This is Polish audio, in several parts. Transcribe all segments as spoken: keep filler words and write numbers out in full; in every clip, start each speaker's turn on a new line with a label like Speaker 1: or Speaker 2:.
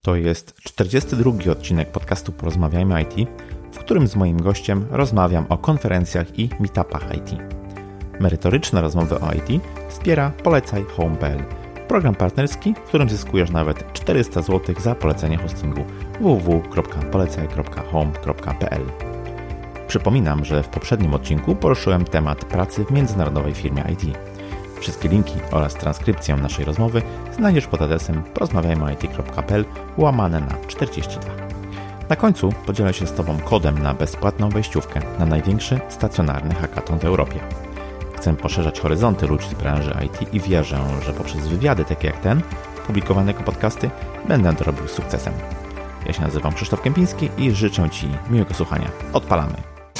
Speaker 1: To jest czterdziesty drugi odcinek podcastu Porozmawiajmy I T, w którym z moim gościem rozmawiam o konferencjach i meetupach I T. Merytoryczne rozmowy o I T wspiera Polecaj Home kropka p l, program partnerski, w którym zyskujesz nawet czterysta złotych za polecenie hostingu w w w kropka polecaj kropka home kropka p l. Przypominam, że w poprzednim odcinku poruszyłem temat pracy w międzynarodowej firmie I T. Wszystkie linki oraz transkrypcję naszej rozmowy znajdziesz pod adresem porozmawiajmy i t kropka p l łamane na czterdzieści dwa. Na końcu podzielę się z Tobą kodem na bezpłatną wejściówkę na największy stacjonarny hackathon w Europie. Chcę poszerzać horyzonty ludzi z branży I T i wierzę, że poprzez wywiady takie jak ten, publikowane jako podcasty, będę to robił z sukcesem. Ja się nazywam Krzysztof Kępiński i życzę Ci miłego słuchania. Odpalamy!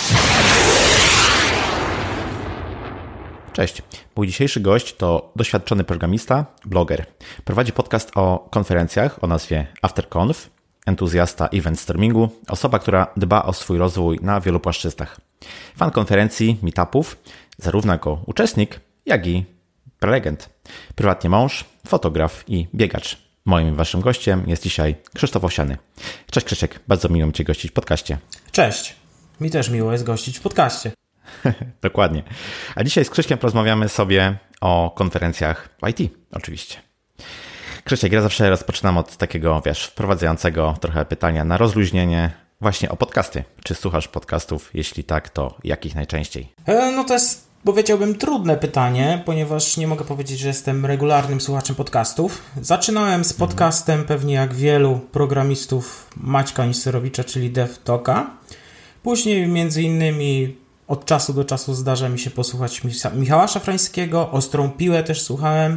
Speaker 1: Cześć, mój dzisiejszy gość to doświadczony programista, bloger. Prowadzi podcast o konferencjach o nazwie AfterConf, entuzjasta event stormingu, osoba, która dba o swój rozwój na wielu płaszczyznach. Fan konferencji, meetupów, zarówno jako uczestnik, jak i prelegent. Prywatnie mąż, fotograf i biegacz. Moim i waszym gościem jest dzisiaj Krzysztof Owsiany. Cześć Krzysiek, bardzo miło mi Cię gościć w podcaście.
Speaker 2: Cześć, mi też miło jest gościć w podcaście.
Speaker 1: Dokładnie. A dzisiaj z Krzyśkiem porozmawiamy sobie o konferencjach I T, oczywiście. Krzysiek, ja zawsze rozpoczynam od takiego, wiesz, wprowadzającego trochę pytania na rozluźnienie właśnie o podcasty. Czy słuchasz podcastów? Jeśli tak, to jakich najczęściej?
Speaker 2: No to jest, powiedziałbym, trudne pytanie, ponieważ nie mogę powiedzieć, że jestem regularnym słuchaczem podcastów. Zaczynałem z podcastem mhm. pewnie jak wielu programistów Maćka Nisserowicza, czyli DevTalka. Później między innymi od czasu do czasu zdarza mi się posłuchać Michała Szafrańskiego, Ostrą Piłę też słuchałem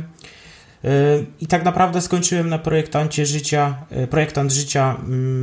Speaker 2: i tak naprawdę skończyłem na projektancie życia, projektant życia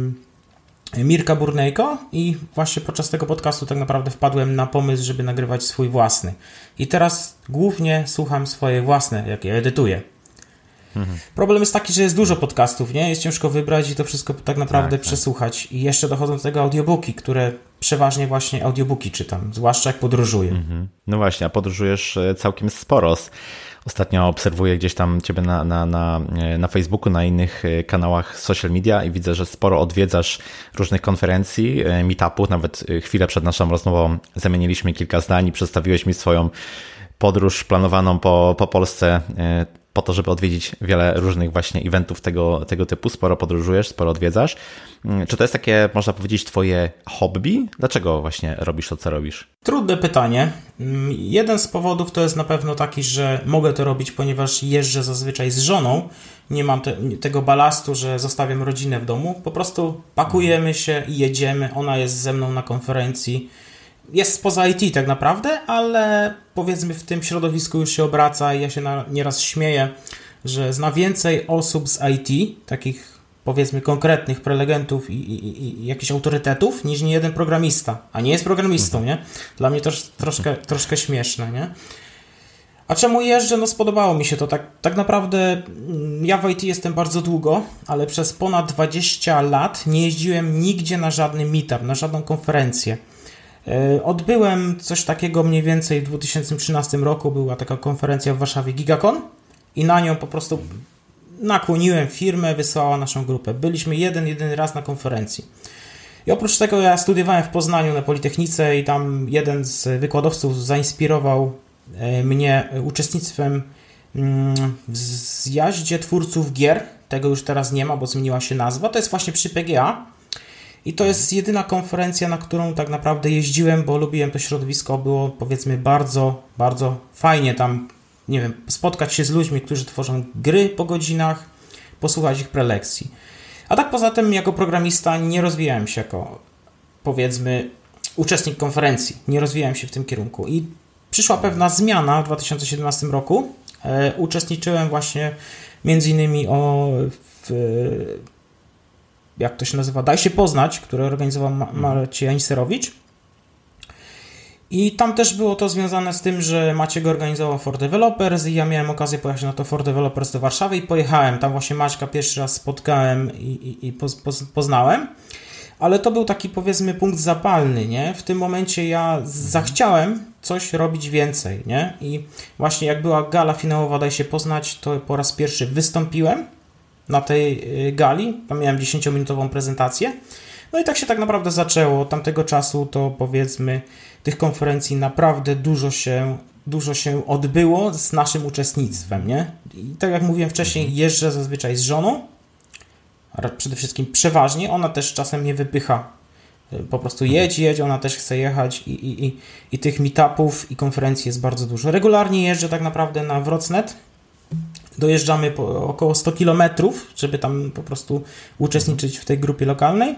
Speaker 2: Mirka Burnejko i właśnie podczas tego podcastu tak naprawdę wpadłem na pomysł, żeby nagrywać swój własny. I teraz głównie słucham swoje własne, jak je edytuję. Mhm. Problem jest taki, że jest dużo podcastów, nie? Jest ciężko wybrać i to wszystko tak naprawdę tak, przesłuchać. Tak. I jeszcze dochodzą do tego audiobooki, które przeważnie właśnie audiobooki czytam, zwłaszcza jak podróżuję. Mhm.
Speaker 1: No właśnie, a podróżujesz całkiem sporo. Ostatnio obserwuję gdzieś tam Ciebie na, na, na, na Facebooku, na innych kanałach social media i widzę, że sporo odwiedzasz różnych konferencji, meetupów. Nawet chwilę przed naszą rozmową zamieniliśmy kilka zdań i przedstawiłeś mi swoją podróż planowaną po, po Polsce po to, żeby odwiedzić wiele różnych właśnie eventów tego, tego typu. Sporo podróżujesz, sporo odwiedzasz. Czy to jest takie, można powiedzieć, Twoje hobby? Dlaczego właśnie robisz to, co robisz?
Speaker 2: Trudne pytanie. Jeden z powodów to jest na pewno taki, że mogę to robić, ponieważ jeżdżę zazwyczaj z żoną. Nie mam te, tego balastu, że zostawiam rodzinę w domu. Po prostu pakujemy się i jedziemy. Ona jest ze mną na konferencji. Jest spoza I T tak naprawdę, ale powiedzmy w tym środowisku już się obraca i ja się na, nieraz śmieję, że zna więcej osób z I T, takich powiedzmy konkretnych prelegentów i, i, i jakichś autorytetów, niż niejeden programista. A nie jest programistą, nie? Dla mnie to troszkę, troszkę śmieszne, nie? A czemu jeżdżę? No spodobało mi się to. Tak, tak naprawdę ja w I T jestem bardzo długo, ale przez ponad dwadzieścia lat nie jeździłem nigdzie na żadny meetup, na żadną konferencję. Odbyłem coś takiego mniej więcej w dwa tysiące trzynastym roku, była taka konferencja w Warszawie GigaCon i na nią po prostu nakłoniłem firmę, wysłała naszą grupę. Byliśmy jeden, jedyny raz na konferencji. I oprócz tego ja studiowałem w Poznaniu na Politechnice i tam jeden z wykładowców zainspirował mnie uczestnictwem w zjaździe twórców gier. Tego już teraz nie ma, bo zmieniła się nazwa. To jest właśnie przy P G A. I to jest jedyna konferencja, na którą tak naprawdę jeździłem, bo lubiłem to środowisko, było powiedzmy bardzo, bardzo fajnie tam, nie wiem, spotkać się z ludźmi, którzy tworzą gry po godzinach, posłuchać ich prelekcji. A tak poza tym jako programista nie rozwijałem się jako, powiedzmy, uczestnik konferencji, nie rozwijałem się w tym kierunku. I przyszła pewna zmiana w dwa tysiące siedemnastym roku. E, uczestniczyłem właśnie między innymi o... W, jak to się nazywa, Daj się poznać, które organizował Ma- Maciej Nisserowicz. I tam też było to związane z tym, że Maciek organizował For Developers i ja miałem okazję pojechać na to For Developers do Warszawy i pojechałem. Tam właśnie Maćka pierwszy raz spotkałem i, i, i poz, poz, poznałem. Ale to był taki, powiedzmy, punkt zapalny, nie? W tym momencie ja zachciałem coś robić więcej, nie? I właśnie jak była gala finałowa Daj się poznać, to po raz pierwszy wystąpiłem na tej gali. Tam miałem dziesięciominutową prezentację. No i tak się tak naprawdę zaczęło. Od tamtego czasu to powiedzmy tych konferencji naprawdę dużo się, dużo się odbyło z naszym uczestnictwem, nie? I tak jak mówiłem wcześniej, jeżdżę zazwyczaj z żoną, a przede wszystkim przeważnie. Ona też czasem mnie wypycha. Po prostu jedź, jedź, ona też chce jechać i, i, i, i tych meetupów i konferencji jest bardzo dużo. Regularnie jeżdżę tak naprawdę na Wrocnet. Dojeżdżamy po około sto kilometrów, żeby tam po prostu uczestniczyć w tej grupie lokalnej.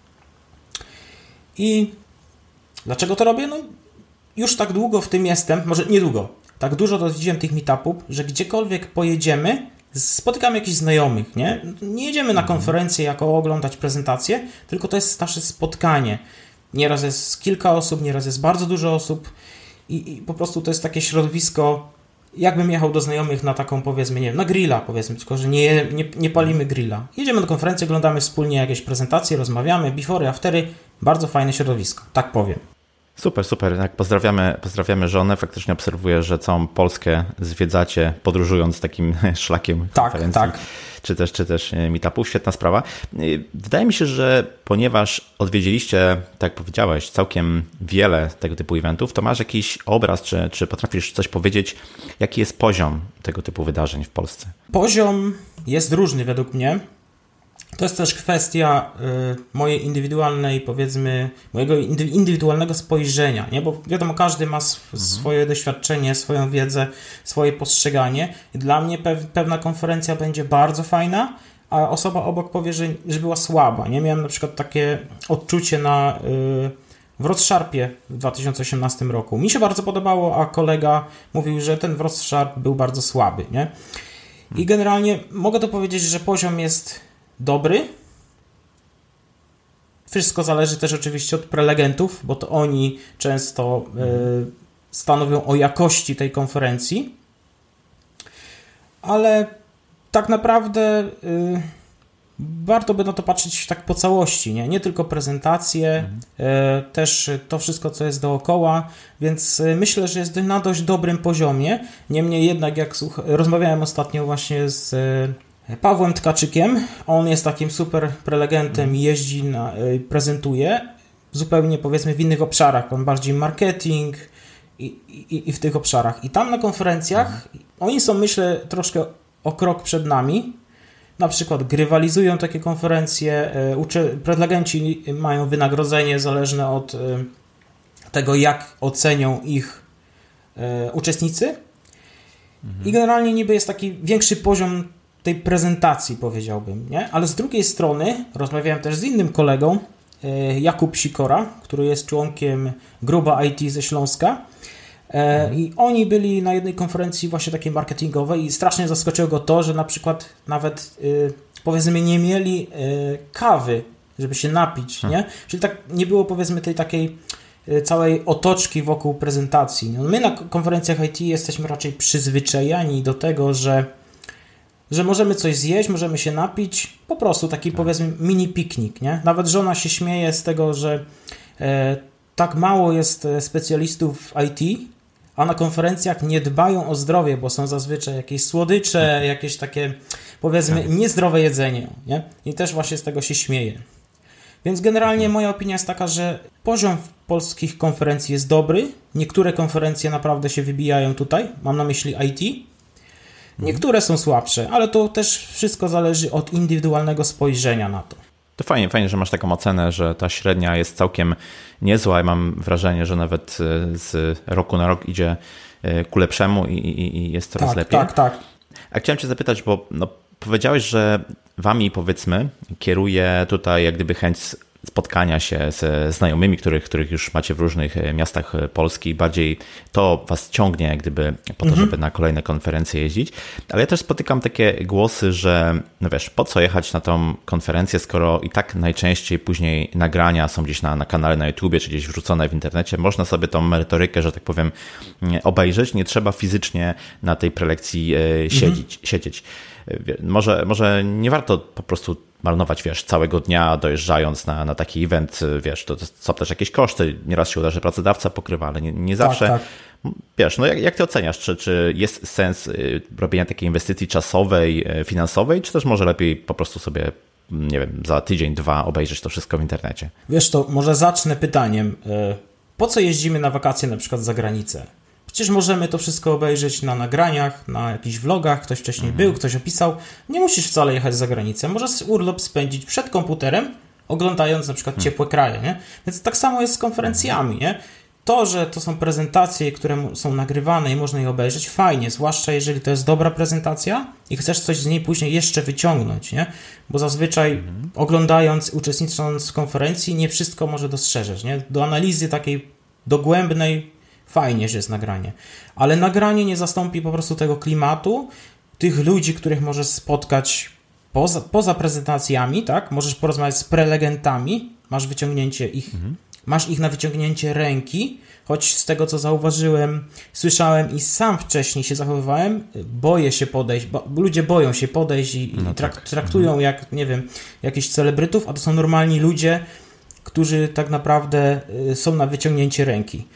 Speaker 2: I dlaczego to robię? No już tak długo w tym jestem, może niedługo, tak dużo dowiedziałem tych meetupów, że gdziekolwiek pojedziemy, spotykamy jakichś znajomych, nie? Nie jedziemy na konferencję jako oglądać prezentację, tylko to jest nasze spotkanie. Nieraz jest kilka osób, nieraz jest bardzo dużo osób i, i po prostu to jest takie środowisko, jakbym jechał do znajomych na taką, powiedzmy, nie wiem, na grilla, powiedzmy, tylko że nie, nie, nie palimy grilla. Jedziemy do konferencji, oglądamy wspólnie jakieś prezentacje, rozmawiamy, before'y, aftery, bardzo fajne środowisko, tak powiem.
Speaker 1: Super, super. Tak, pozdrawiamy, pozdrawiamy żonę. Faktycznie obserwuję, że całą Polskę zwiedzacie, podróżując takim szlakiem
Speaker 2: tak,
Speaker 1: konferencji,
Speaker 2: tak.
Speaker 1: czy też, czy też meetupów. Świetna sprawa. Wydaje mi się, że ponieważ odwiedziliście, tak jak powiedziałeś, całkiem wiele tego typu eventów, to masz jakiś obraz, czy, czy potrafisz coś powiedzieć, jaki jest poziom tego typu wydarzeń w Polsce?
Speaker 2: Poziom jest różny według mnie. To jest też kwestia y, mojej indywidualnej, powiedzmy, mojego indywidualnego spojrzenia, nie? Bo wiadomo, każdy ma sw- mhm. swoje doświadczenie, swoją wiedzę, swoje postrzeganie. I dla mnie pew- pewna konferencja będzie bardzo fajna, a osoba obok powie, że, że była słaba, nie? Miałem na przykład takie odczucie na, y, w RoadSharpie w dwa tysiące osiemnastym roku. Mi się bardzo podobało, a kolega mówił, że ten RoadSharp był bardzo słaby, nie? I generalnie mogę to powiedzieć, że poziom jest dobry. Wszystko zależy też oczywiście od prelegentów, bo to oni często y, stanowią o jakości tej konferencji. Ale tak naprawdę y, warto by na to patrzeć tak po całości, nie, nie tylko prezentacje, mhm. y, też to wszystko, co jest dookoła, więc y, myślę, że jest na dość dobrym poziomie. Niemniej jednak, jak słuch- rozmawiałem ostatnio właśnie z y, Pawłem Tkaczykiem, on jest takim super prelegentem i jeździ, na, prezentuje zupełnie, powiedzmy, w innych obszarach, on bardziej marketing i, i, i w tych obszarach. I tam na konferencjach mhm. oni są, myślę, troszkę o krok przed nami. Na przykład grywalizują takie konferencje, uczy, prelegenci mają wynagrodzenie zależne od tego, jak ocenią ich uczestnicy. Mhm. I generalnie niby jest taki większy poziom tej prezentacji, powiedziałbym, nie? Ale z drugiej strony rozmawiałem też z innym kolegą, Jakub Sikora, który jest członkiem Gruba I T ze Śląska mhm. i oni byli na jednej konferencji właśnie takiej marketingowej i strasznie zaskoczyło go to, że na przykład nawet powiedzmy nie mieli kawy, żeby się napić, nie? Mhm. Czyli tak nie było, powiedzmy, tej takiej całej otoczki wokół prezentacji. My na konferencjach I T jesteśmy raczej przyzwyczajeni do tego, że że możemy coś zjeść, możemy się napić, po prostu taki, tak. powiedzmy, mini piknik, nie? Nawet żona się śmieje z tego, że e, tak mało jest specjalistów w I T, a na konferencjach nie dbają o zdrowie, bo są zazwyczaj jakieś słodycze, tak. jakieś takie, powiedzmy, tak. niezdrowe jedzenie, nie? I też właśnie z tego się śmieje. Więc generalnie moja opinia jest taka, że poziom polskich konferencji jest dobry. Niektóre konferencje naprawdę się wybijają tutaj, mam na myśli I T. Niektóre są słabsze, ale to też wszystko zależy od indywidualnego spojrzenia na to.
Speaker 1: To fajnie, fajnie, że masz taką ocenę, że ta średnia jest całkiem niezła i mam wrażenie, że nawet z roku na rok idzie ku lepszemu i, i, i jest coraz
Speaker 2: tak,
Speaker 1: lepiej.
Speaker 2: Tak, tak.
Speaker 1: A chciałem cię zapytać, bo no, powiedziałeś, że wami, powiedzmy, kieruje tutaj jak gdyby chęć spotkania się ze znajomymi, których, których już macie w różnych miastach Polski. Bardziej to was ciągnie jak gdyby po to, mhm. żeby na kolejne konferencje jeździć. Ale ja też spotykam takie głosy, że no wiesz, po co jechać na tą konferencję, skoro i tak najczęściej później nagrania są gdzieś na, na kanale na YouTubie, czy gdzieś wrzucone w internecie. Można sobie tą merytorykę, że tak powiem, obejrzeć. Nie trzeba fizycznie na tej prelekcji siedzieć. Mhm. siedzieć. Może, może nie warto po prostu marnować, wiesz, całego dnia dojeżdżając na, na taki event, wiesz, to, to są też jakieś koszty. Nieraz się uda, że pracodawca pokrywa, ale nie, nie zawsze
Speaker 2: tak, tak.
Speaker 1: Wiesz, no jak, jak ty oceniasz, czy, czy jest sens robienia takiej inwestycji czasowej, finansowej, czy też może lepiej po prostu sobie, nie wiem, za tydzień, dwa obejrzeć to wszystko w internecie?
Speaker 2: Wiesz, to może zacznę pytaniem. Po co jeździmy na wakacje na przykład za granicę? Przecież możemy to wszystko obejrzeć na nagraniach, na jakichś vlogach, ktoś wcześniej mhm. był, ktoś opisał. Nie musisz wcale jechać za granicę. Możesz urlop spędzić przed komputerem, oglądając na przykład hmm. ciepłe kraje, nie? Więc tak samo jest z konferencjami, nie? To, że to są prezentacje, które są nagrywane i można je obejrzeć, fajnie, zwłaszcza jeżeli to jest dobra prezentacja i chcesz coś z niej później jeszcze wyciągnąć, nie? Bo zazwyczaj hmm. oglądając, uczestnicząc w konferencji, nie wszystko może dostrzeżesz, nie? Do analizy takiej dogłębnej fajnie, że jest nagranie. Ale nagranie nie zastąpi po prostu tego klimatu, tych ludzi, których możesz spotkać poza, poza prezentacjami, tak? Możesz porozmawiać z prelegentami, masz wyciągnięcie ich, mhm. masz ich na wyciągnięcie ręki, choć z tego, co zauważyłem, słyszałem i sam wcześniej się zachowywałem, boję się podejść, bo ludzie boją się podejść i, no i trak, tak. traktują mhm. jak, nie wiem, jakichś celebrytów, a to są normalni ludzie, którzy tak naprawdę są na wyciągnięcie ręki.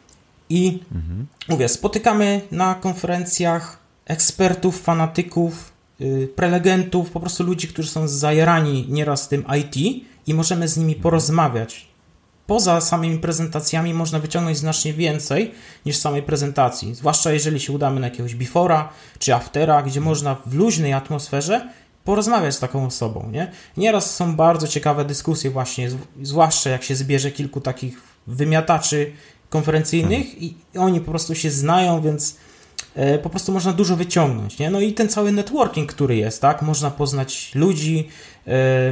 Speaker 2: I mhm. mówię, spotykamy na konferencjach ekspertów, fanatyków, yy, prelegentów, po prostu ludzi, którzy są zajarani nieraz tym I T i możemy z nimi porozmawiać. Poza samymi prezentacjami można wyciągnąć znacznie więcej niż samej prezentacji, zwłaszcza jeżeli się udamy na jakiegoś before'a czy aftera, gdzie można w luźnej atmosferze porozmawiać z taką osobą, nie? Nieraz są bardzo ciekawe dyskusje właśnie, zwłaszcza jak się zbierze kilku takich wymiataczy konferencyjnych hmm. i oni po prostu się znają, więc e, po prostu można dużo wyciągnąć, nie? No i ten cały networking, który jest, tak? Można poznać ludzi, e,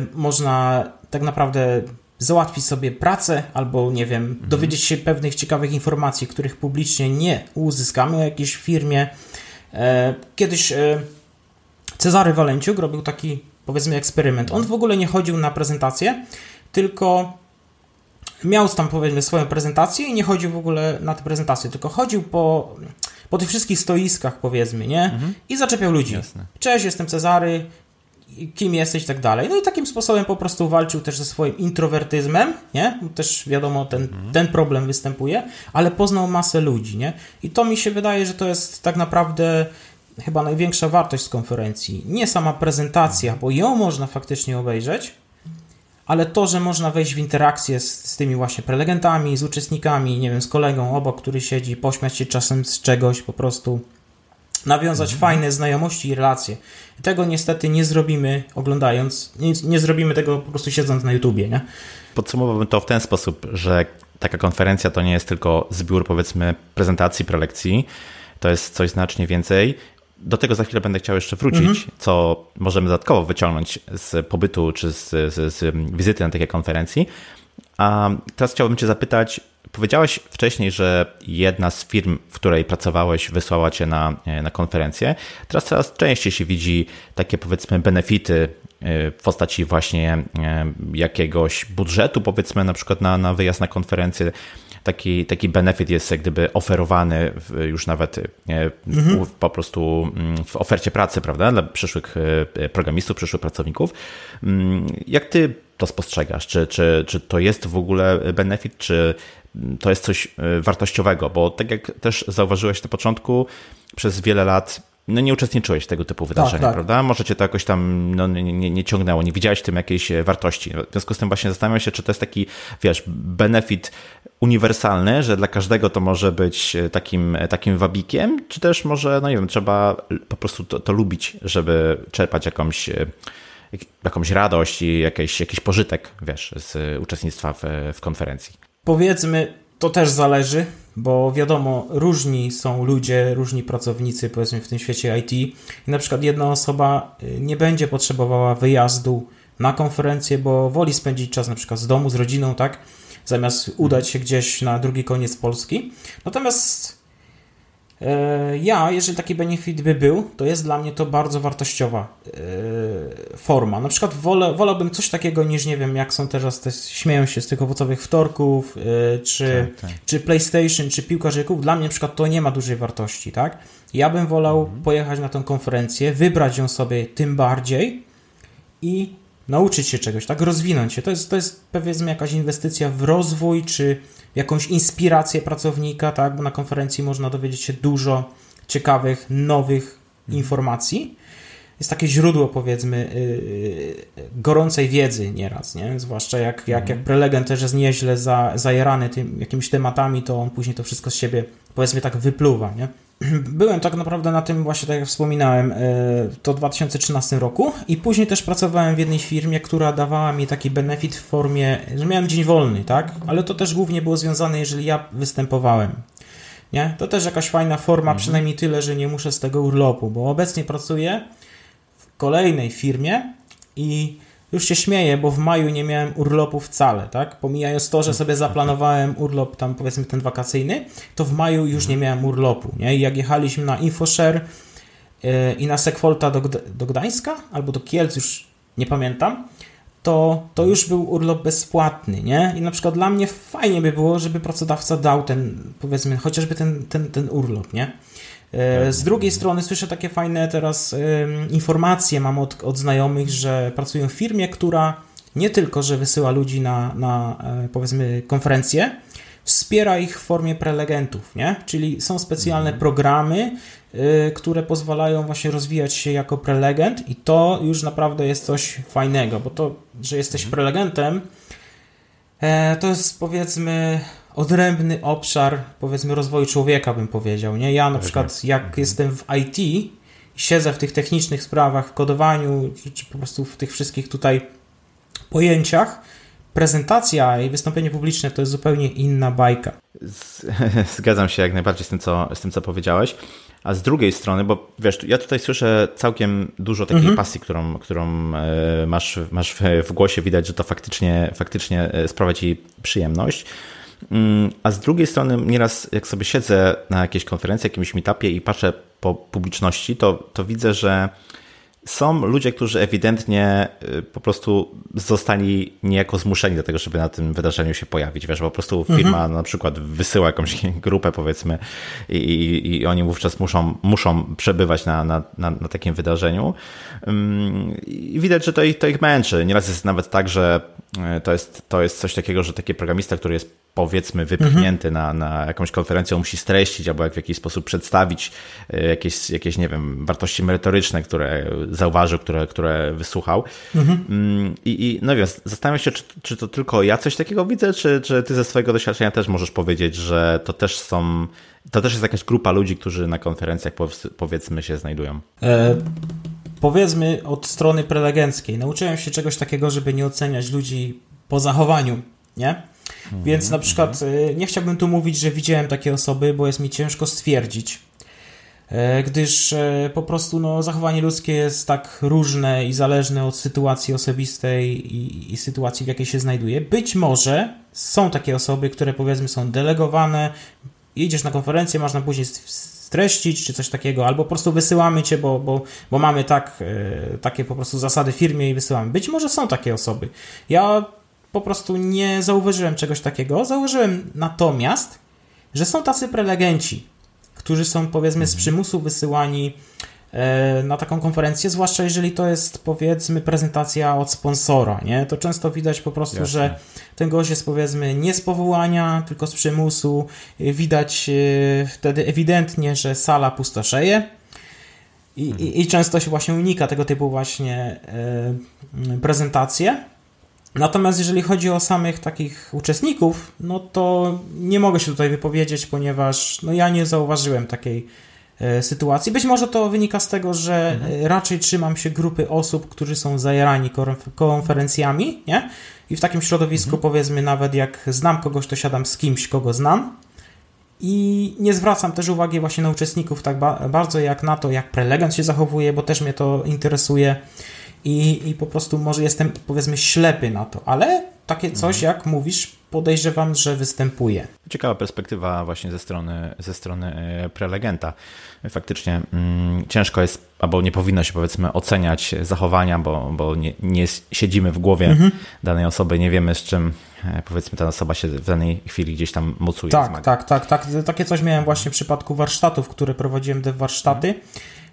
Speaker 2: można tak naprawdę załatwić sobie pracę albo, nie wiem, hmm. dowiedzieć się pewnych ciekawych informacji, których publicznie nie uzyskamy o jakiejś firmie. E, kiedyś e, Cezary Walenciuk robił taki, powiedzmy, eksperyment. On w ogóle nie chodził na prezentację, tylko miał tam, powiedzmy, swoją prezentację i nie chodził w ogóle na tę prezentację, tylko chodził po, po tych wszystkich stoiskach, powiedzmy, nie? Mhm. I zaczepiał ludzi. Jasne. Cześć, jestem Cezary, kim jesteś i tak dalej. No i takim sposobem po prostu walczył też ze swoim introwertyzmem, nie? Też wiadomo, ten, mhm. ten problem występuje, ale poznał masę ludzi, nie? I to mi się wydaje, że to jest tak naprawdę chyba największa wartość z konferencji. Nie sama prezentacja, bo ją można faktycznie obejrzeć, ale to, że można wejść w interakcję z, z tymi właśnie prelegentami, z uczestnikami, nie wiem, z kolegą obok, który siedzi, pośmiać się czasem z czegoś, po prostu nawiązać mhm. fajne znajomości i relacje. I tego niestety nie zrobimy oglądając, nie, nie zrobimy tego po prostu siedząc na YouTubie, nie?
Speaker 1: Podsumowałbym to w ten sposób, że taka konferencja to nie jest tylko zbiór, powiedzmy, prezentacji, prelekcji, to jest coś znacznie więcej. Do tego za chwilę będę chciał jeszcze wrócić, mhm. co możemy dodatkowo wyciągnąć z pobytu czy z, z, z wizyty na takiej konferencji. A teraz chciałbym Cię zapytać, powiedziałeś wcześniej, że jedna z firm, w której pracowałeś, wysłała Cię na, na konferencję. Teraz coraz częściej się widzi takie, powiedzmy, benefity w postaci właśnie jakiegoś budżetu, powiedzmy, na przykład na, na wyjazd na konferencję. Taki, taki benefit jest jak gdyby oferowany już nawet mhm. w, po prostu w ofercie pracy, prawda, dla przyszłych programistów, przyszłych pracowników. Jak ty to spostrzegasz? Czy, czy, czy to jest w ogóle benefit, czy to jest coś wartościowego? Bo tak jak też zauważyłeś na początku, przez wiele lat no nie uczestniczyłeś w tego typu wydarzenia, tak, tak. prawda? Może cię to jakoś tam no, nie, nie, nie ciągnęło, nie widziałeś w tym jakiejś wartości. W związku z tym właśnie zastanawiam się, czy to jest taki, wiesz, benefit uniwersalny, że dla każdego to może być takim, takim wabikiem, czy też może, no nie wiem, trzeba po prostu to, to lubić, żeby czerpać jakąś, jakąś radość i jakiś, jakiś pożytek, wiesz, z uczestnictwa w, w konferencji.
Speaker 2: Powiedzmy, to też zależy, bo wiadomo, różni są ludzie, różni pracownicy, powiedzmy, w tym świecie I T. I na przykład jedna osoba nie będzie potrzebowała wyjazdu na konferencję, bo woli spędzić czas na przykład z domu, z rodziną, tak? Zamiast udać się gdzieś na drugi koniec Polski. Natomiast e, ja, jeżeli taki benefit by był, to jest dla mnie to bardzo wartościowa e, forma. Na przykład wolę, wolałbym coś takiego niż, nie wiem, jak są teraz, te, śmieją się z tych owocowych wtorków, e, czy, tak, tak. czy PlayStation, czy piłkarzyków. Dla mnie na przykład to nie ma dużej wartości, tak? Ja bym wolał mhm. pojechać na tę konferencję, wybrać ją sobie tym bardziej i nauczyć się czegoś, tak, rozwinąć się. To jest, to jest powiedzmy jakaś inwestycja w rozwój, czy jakąś inspirację pracownika, tak, bo na konferencji można dowiedzieć się dużo ciekawych, nowych informacji. Jest takie źródło, powiedzmy, yy, gorącej wiedzy nieraz, nie? Zwłaszcza jak, jak, jak prelegent też jest nieźle za, zajarany tym jakimiś tematami, to on później to wszystko z siebie, powiedzmy, tak wypluwa, nie? Byłem tak naprawdę na tym właśnie, tak jak wspominałem, to w dwa tysiące trzynastym roku i później też pracowałem w jednej firmie, która dawała mi taki benefit w formie, że miałem dzień wolny, tak? Ale to też głównie było związane, jeżeli ja występowałem. Nie? To też jakaś fajna forma, mhm. przynajmniej tyle, że nie muszę z tego urlopu, bo obecnie pracuję w kolejnej firmie i już się śmieję, bo w maju nie miałem urlopu wcale, tak? Pomijając to, że sobie zaplanowałem urlop tam, powiedzmy, ten wakacyjny, to w maju już nie miałem urlopu, nie? I jak jechaliśmy na InfoShare yy, i na Sekfolta do, do Gdańska albo do Kielc, już nie pamiętam, to, to już był urlop bezpłatny, nie? I na przykład dla mnie fajnie by było, żeby pracodawca dał ten, powiedzmy, chociażby ten, ten, ten urlop, nie? Z drugiej strony słyszę takie fajne teraz informacje, mam od, od znajomych, że pracują w firmie, która nie tylko, że wysyła ludzi na, na powiedzmy konferencje, wspiera ich w formie prelegentów, nie? Czyli są specjalne programy, które pozwalają właśnie rozwijać się jako prelegent i to już naprawdę jest coś fajnego, bo to, że jesteś prelegentem, to jest, powiedzmy, odrębny obszar, powiedzmy, rozwoju człowieka, bym powiedział, nie? Ja na przykład jak mhm. jestem w I T, siedzę w tych technicznych sprawach, w kodowaniu, czy, czy po prostu w tych wszystkich tutaj pojęciach, prezentacja i wystąpienie publiczne to jest zupełnie inna bajka.
Speaker 1: Zgadzam się jak najbardziej z tym, co, z tym, co powiedziałeś. A z drugiej strony, bo wiesz, ja tutaj słyszę całkiem dużo takiej mhm. pasji, którą, którą masz, masz w głosie, widać, że to faktycznie, faktycznie sprawia ci przyjemność. A z drugiej strony nieraz jak sobie siedzę na jakiejś konferencji, jakimś meetupie i patrzę po publiczności, to, to widzę, że są ludzie, którzy ewidentnie po prostu zostali niejako zmuszeni do tego, żeby na tym wydarzeniu się pojawić. Wiesz, po prostu firma mhm. na przykład wysyła jakąś grupę, powiedzmy, i, i, i oni wówczas muszą, muszą przebywać na, na, na, na takim wydarzeniu. I widać, że to ich, to ich męczy. Nieraz jest nawet tak, że to jest, to jest coś takiego, że taki programista, który jest powiedzmy wypchnięty mhm. na, na jakąś konferencję, on musi streścić albo w jakiś sposób przedstawić jakieś, jakieś, nie wiem, wartości merytoryczne, które zauważył, które, które wysłuchał. Mhm. I, I no więc zastanawiam się, czy, czy to tylko ja coś takiego widzę, czy, czy ty ze swojego doświadczenia też możesz powiedzieć, że to też są, to też jest jakaś grupa ludzi, którzy na konferencjach powiedzmy się znajdują. E,
Speaker 2: powiedzmy od strony prelegenckiej. Nauczyłem się czegoś takiego, żeby nie oceniać ludzi po zachowaniu, nie? Mhm, Więc na przykład mhm. nie chciałbym tu mówić, że widziałem takie osoby, bo jest mi ciężko stwierdzić, gdyż po prostu no, zachowanie ludzkie jest tak różne i zależne od sytuacji osobistej i, i sytuacji, w jakiej się znajduje. Być może są takie osoby, które powiedzmy są delegowane, idziesz na konferencję, można później streścić czy coś takiego, albo po prostu wysyłamy cię, bo, bo, bo mamy tak, takie po prostu zasady w firmie i wysyłamy. Być może są takie osoby. Ja po prostu nie zauważyłem czegoś takiego. Zauważyłem natomiast, że są tacy prelegenci, którzy są powiedzmy z przymusu wysyłani e, na taką konferencję, zwłaszcza jeżeli to jest powiedzmy prezentacja od sponsora, nie? To często widać po prostu, Jasne. że ten gość jest powiedzmy nie z powołania, tylko z przymusu. Widać e, wtedy ewidentnie, że sala pustoszeje i, mhm. i, i często się właśnie unika tego typu właśnie e, prezentacje. Natomiast jeżeli chodzi o samych takich uczestników, no to nie mogę się tutaj wypowiedzieć, ponieważ no ja nie zauważyłem takiej e, sytuacji. Być może to wynika z tego, że mhm. raczej trzymam się grupy osób, którzy są zajarani konferencjami, nie? I w takim środowisku mhm. powiedzmy nawet jak znam kogoś, to siadam z kimś, kogo znam i nie zwracam też uwagi właśnie na uczestników tak ba- bardzo jak na to, jak prelegent się zachowuje, bo też mnie to interesuje. I, I po prostu może jestem, powiedzmy, ślepy na to, ale takie coś, mhm. jak mówisz, podejrzewam, że występuje.
Speaker 1: Ciekawa perspektywa właśnie ze strony, ze strony prelegenta. Faktycznie mm, ciężko jest, albo nie powinno się powiedzmy oceniać zachowania, bo, bo nie, nie siedzimy w głowie mhm. danej osoby, nie wiemy z czym powiedzmy ta osoba się w danej chwili gdzieś tam mocuje.
Speaker 2: Tak, tak, tak, tak. Takie coś miałem właśnie w przypadku warsztatów, które prowadziłem, te warsztaty.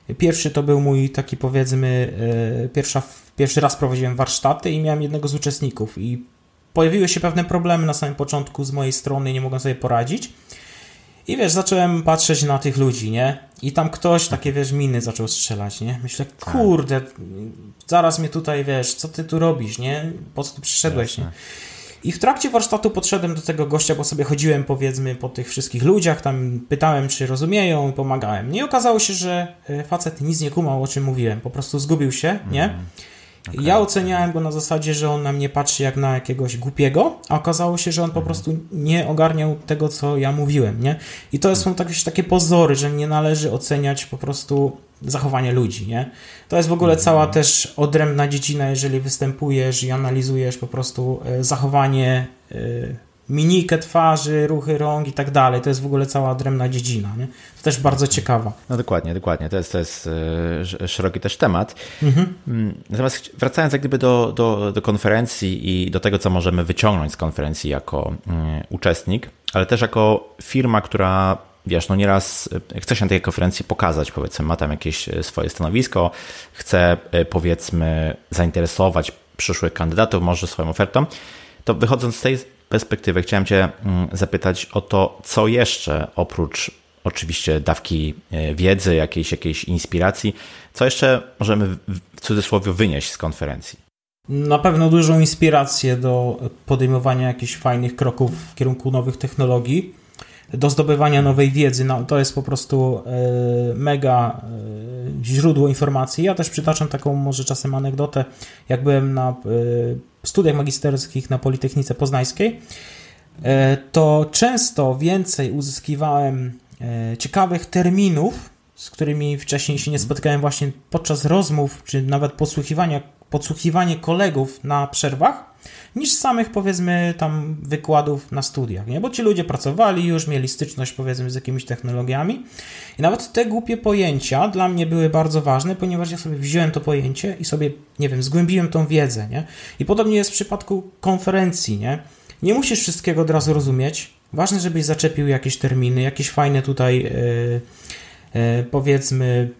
Speaker 2: Pierwszy to był mój taki, powiedzmy, pierwsza, pierwszy raz prowadziłem warsztaty i miałem jednego z uczestników i pojawiły się pewne problemy na samym początku z mojej strony i nie mogłem sobie poradzić. I wiesz, zacząłem patrzeć na tych ludzi, nie? I tam ktoś takie, wiesz, miny zaczął strzelać, nie? Myślę, kurde, zaraz mnie tutaj, wiesz, co ty tu robisz, nie? Po co tu przyszedłeś, nie? I w trakcie warsztatu podszedłem do tego gościa, bo sobie chodziłem, powiedzmy, po tych wszystkich ludziach, tam pytałem, czy rozumieją i pomagałem. I okazało się, że facet nic nie kumał, o czym mówiłem, po prostu zgubił się, nie? Mm. Okay. Ja oceniałem go na zasadzie, że on na mnie patrzy jak na jakiegoś głupiego, a okazało się, że on po prostu nie ogarniał tego, co ja mówiłem, nie? I to są takie, takie pozory, że nie należy oceniać po prostu zachowanie ludzi, nie? To jest w ogóle cała też odrębna dziedzina, jeżeli występujesz i analizujesz po prostu zachowanie, mimikę twarzy, ruchy rąk i tak dalej. To jest w ogóle cała odrębna dziedzina, nie? To też bardzo ciekawa.
Speaker 1: No dokładnie, dokładnie. To jest, to jest e, szeroki też temat. Mhm. Natomiast wracając jak gdyby do, do, do konferencji i do tego, co możemy wyciągnąć z konferencji jako e, uczestnik, ale też jako firma, która, wiesz, no nieraz chce się na tej konferencji pokazać, powiedzmy, ma tam jakieś swoje stanowisko, chce, powiedzmy, zainteresować przyszłych kandydatów może swoją ofertą, to wychodząc z tej perspektywy chciałem Cię zapytać o to, co jeszcze oprócz oczywiście dawki wiedzy, jakiejś, jakiejś inspiracji, co jeszcze możemy w cudzysłowie wynieść z konferencji?
Speaker 2: Na pewno dużą inspirację do podejmowania jakichś fajnych kroków w kierunku nowych technologii, do zdobywania nowej wiedzy. No, to jest po prostu mega źródło informacji. Ja też przytaczam taką może czasem anegdotę, jak byłem na studiach magisterskich na Politechnice Poznańskiej, to często więcej uzyskiwałem ciekawych terminów, z którymi wcześniej się nie spotkałem właśnie podczas rozmów, czy nawet podsłuchiwania, podsłuchiwanie kolegów na przerwach, niż samych, powiedzmy, tam wykładów na studiach, nie? Bo ci ludzie pracowali już, mieli styczność, powiedzmy, z jakimiś technologiami i nawet te głupie pojęcia dla mnie były bardzo ważne, ponieważ ja sobie wziąłem to pojęcie i sobie, nie wiem, zgłębiłem tą wiedzę, nie? I podobnie jest w przypadku konferencji, nie? Nie musisz wszystkiego od razu rozumieć, ważne, żebyś zaczepił jakieś terminy, jakieś fajne tutaj, yy, yy, powiedzmy,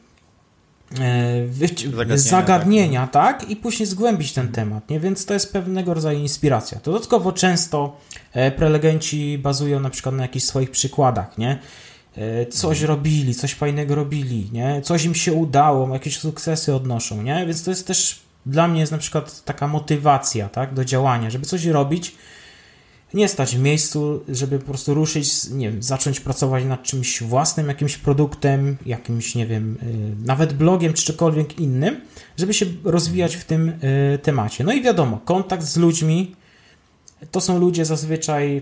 Speaker 2: zagadnienia, zagadnienia tak. tak? I później zgłębić ten temat, nie? Więc to jest pewnego rodzaju inspiracja. Dodatkowo często prelegenci bazują na przykład na jakichś swoich przykładach, nie? Coś robili, coś fajnego robili, nie? Coś im się udało, jakieś sukcesy odnoszą, nie? Więc to jest też, dla mnie jest na przykład taka motywacja, tak? Do działania, żeby coś robić, nie stać w miejscu, żeby po prostu ruszyć, nie wiem, zacząć pracować nad czymś własnym, jakimś produktem, jakimś, nie wiem, nawet blogiem czy czymkolwiek innym, żeby się rozwijać w tym temacie. No i wiadomo, kontakt z ludźmi to są ludzie zazwyczaj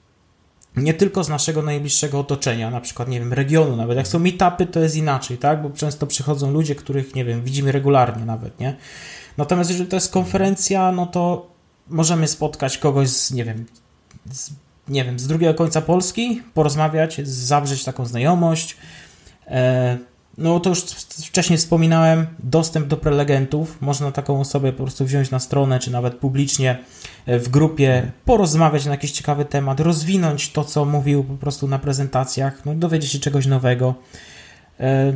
Speaker 2: nie tylko z naszego najbliższego otoczenia, na przykład, nie wiem, regionu, nawet jak są meetupy, to jest inaczej, tak, bo często przychodzą ludzie, których, nie wiem, widzimy regularnie nawet, nie? Natomiast jeżeli to jest konferencja, no to możemy spotkać kogoś z, nie wiem, z, nie wiem, z drugiego końca Polski, porozmawiać, zawrzeć taką znajomość. E, no to już wcześniej wspominałem, dostęp do prelegentów. Można taką osobę po prostu wziąć na stronę, czy nawet publicznie w grupie, porozmawiać na jakiś ciekawy temat, rozwinąć to, co mówił po prostu na prezentacjach, no, dowiedzieć się czegoś nowego. E,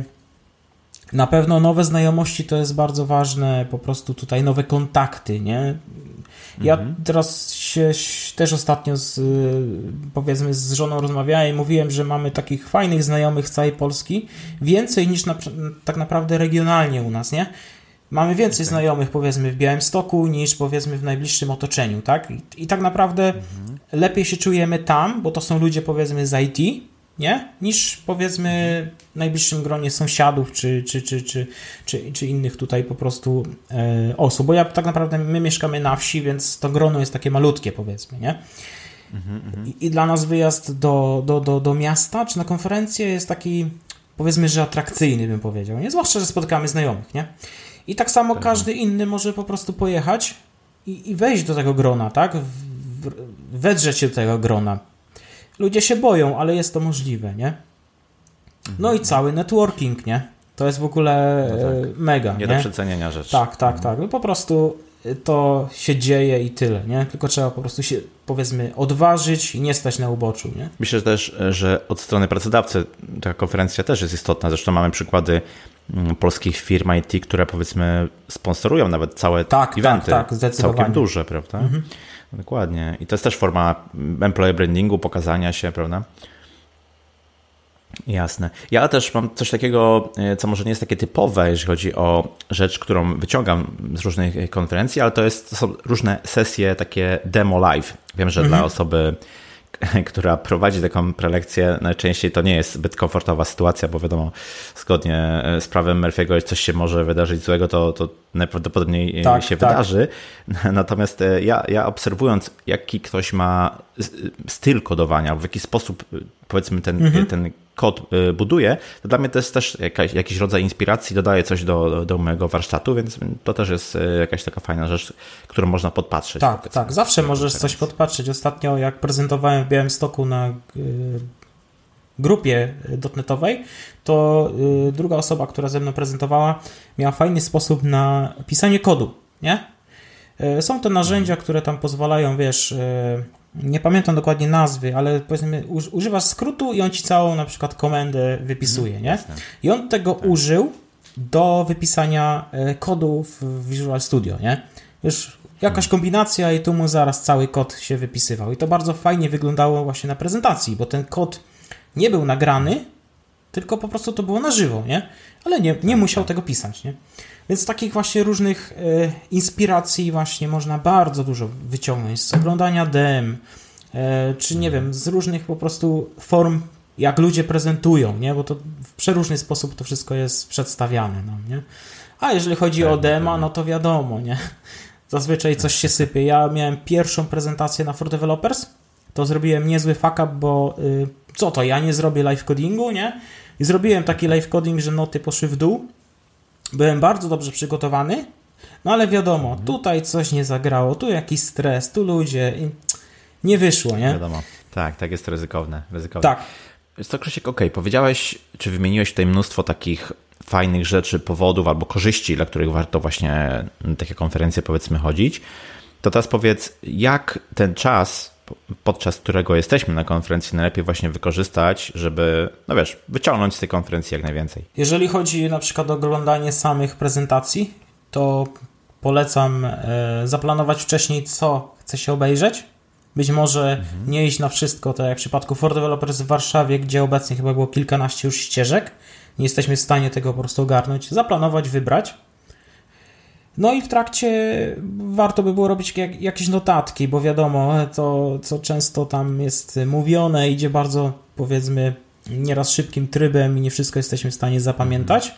Speaker 2: na pewno nowe znajomości to jest bardzo ważne, po prostu tutaj nowe kontakty, nie? Ja mhm. teraz się też ostatnio z, powiedzmy, z żoną rozmawiałem i mówiłem, że mamy takich fajnych znajomych z całej Polski, więcej niż na, tak naprawdę regionalnie u nas, nie? Mamy więcej okay. znajomych, powiedzmy, w Białymstoku niż, powiedzmy, w najbliższym otoczeniu, tak? I, i tak naprawdę mhm. lepiej się czujemy tam, bo to są ludzie, powiedzmy, z I T, nie? Niż, powiedzmy, w najbliższym gronie sąsiadów czy, czy, czy, czy, czy, czy innych tutaj po prostu e, osób, bo ja tak naprawdę, my mieszkamy na wsi, więc to grono jest takie malutkie, powiedzmy, nie? Mm-hmm. I, I dla nas wyjazd do, do, do, do miasta czy na konferencję jest taki, powiedzmy, że atrakcyjny, bym powiedział, nie? Zwłaszcza, że spotykamy znajomych, nie? I tak samo tak. Każdy inny może po prostu pojechać i, i wejść do tego grona, tak? W, w, wedrzeć się do tego grona. Ludzie się boją, ale jest to możliwe, nie? No i cały networking, nie? To jest w ogóle no tak. mega, nie?
Speaker 1: Nie do przecenienia rzeczy.
Speaker 2: Tak, tak, tak. No po prostu to się dzieje i tyle, nie? Tylko trzeba po prostu się, powiedzmy, odważyć i nie stać na uboczu, nie?
Speaker 1: Myślę też, że od strony pracodawcy ta konferencja też jest istotna. Zresztą mamy przykłady polskich firm I T, które powiedzmy sponsorują nawet całe
Speaker 2: tak,
Speaker 1: eventy.
Speaker 2: Tak, tak, zdecydowanie.
Speaker 1: Całkiem duże, prawda? Mhm. Dokładnie. I to jest też forma employer brandingu, pokazania się, prawda? Jasne. Ja też mam coś takiego, co może nie jest takie typowe, jeżeli chodzi o rzecz, którą wyciągam z różnych konferencji, ale to, jest, to są różne sesje takie demo live. Wiem, że mhm. dla osoby, która prowadzi taką prelekcję, najczęściej to nie jest zbyt komfortowa sytuacja, bo wiadomo, zgodnie z prawem Murphy'ego, jeśli coś się może wydarzyć złego, to, to najprawdopodobniej tak, się tak. wydarzy. Natomiast ja, ja obserwując, jaki ktoś ma styl kodowania, w jaki sposób powiedzmy ten, mhm. ten kod buduje, to dla mnie to jest też jakaś, jakiś rodzaj inspiracji, dodaje coś do, do, do mojego warsztatu, więc to też jest jakaś taka fajna rzecz, którą można podpatrzeć.
Speaker 2: Tak, tak, zawsze możesz coś podpatrzeć. Ostatnio jak prezentowałem w Białymstoku na y, grupie dotnetowej, to y, druga osoba, która ze mną prezentowała, miała fajny sposób na pisanie kodu, nie? Y, są to narzędzia, które tam pozwalają, wiesz, y, nie pamiętam dokładnie nazwy, ale powiedzmy używasz skrótu i on ci całą na przykład komendę wypisuje, nie? I on tego tak. użył do wypisania kodu w Visual Studio, nie? Już jakaś kombinacja i tu mu zaraz cały kod się wypisywał. I to bardzo fajnie wyglądało właśnie na prezentacji, bo ten kod nie był nagrany, tylko po prostu to było na żywo, nie? Ale nie, nie musiał tego pisać, nie? Więc z takich właśnie różnych e, inspiracji właśnie można bardzo dużo wyciągnąć z oglądania dem, e, czy nie wiem, z różnych po prostu form, jak ludzie prezentują, nie? Bo to w przeróżny sposób to wszystko jest przedstawiane nam, nie? A jeżeli chodzi tak, o dema, no to wiadomo, nie? Zazwyczaj coś się sypie. Ja miałem pierwszą prezentację na For Developers, to zrobiłem niezły fuck up, bo y, co to, ja nie zrobię live codingu, nie? I zrobiłem taki live coding, że noty poszły w dół. Byłem bardzo dobrze przygotowany, no ale wiadomo, mhm. tutaj coś nie zagrało, tu jakiś stres, tu ludzie, i nie wyszło, nie?
Speaker 1: Wiadomo, tak, tak jest to ryzykowne. ryzykowne.
Speaker 2: Tak.
Speaker 1: Jest to, Krzysiek, okej, okay. Powiedziałeś, czy wymieniłeś tutaj mnóstwo takich fajnych rzeczy, powodów albo korzyści, dla których warto właśnie na takie konferencje powiedzmy chodzić, to teraz powiedz, jak ten czas, podczas którego jesteśmy na konferencji, najlepiej właśnie wykorzystać, żeby, no wiesz, wyciągnąć z tej konferencji jak najwięcej.
Speaker 2: Jeżeli chodzi na przykład o oglądanie samych prezentacji, to polecam e, zaplanować wcześniej, co chce się obejrzeć. Być może mhm. nie iść na wszystko, tak jak w przypadku For Developers w Warszawie, gdzie obecnie chyba było kilkanaście już ścieżek. Nie jesteśmy w stanie tego po prostu ogarnąć. Zaplanować, wybrać. No i w trakcie warto by było robić jak, jakieś notatki, bo wiadomo, to co często tam jest mówione, idzie bardzo, powiedzmy, nieraz szybkim trybem i nie wszystko jesteśmy w stanie zapamiętać.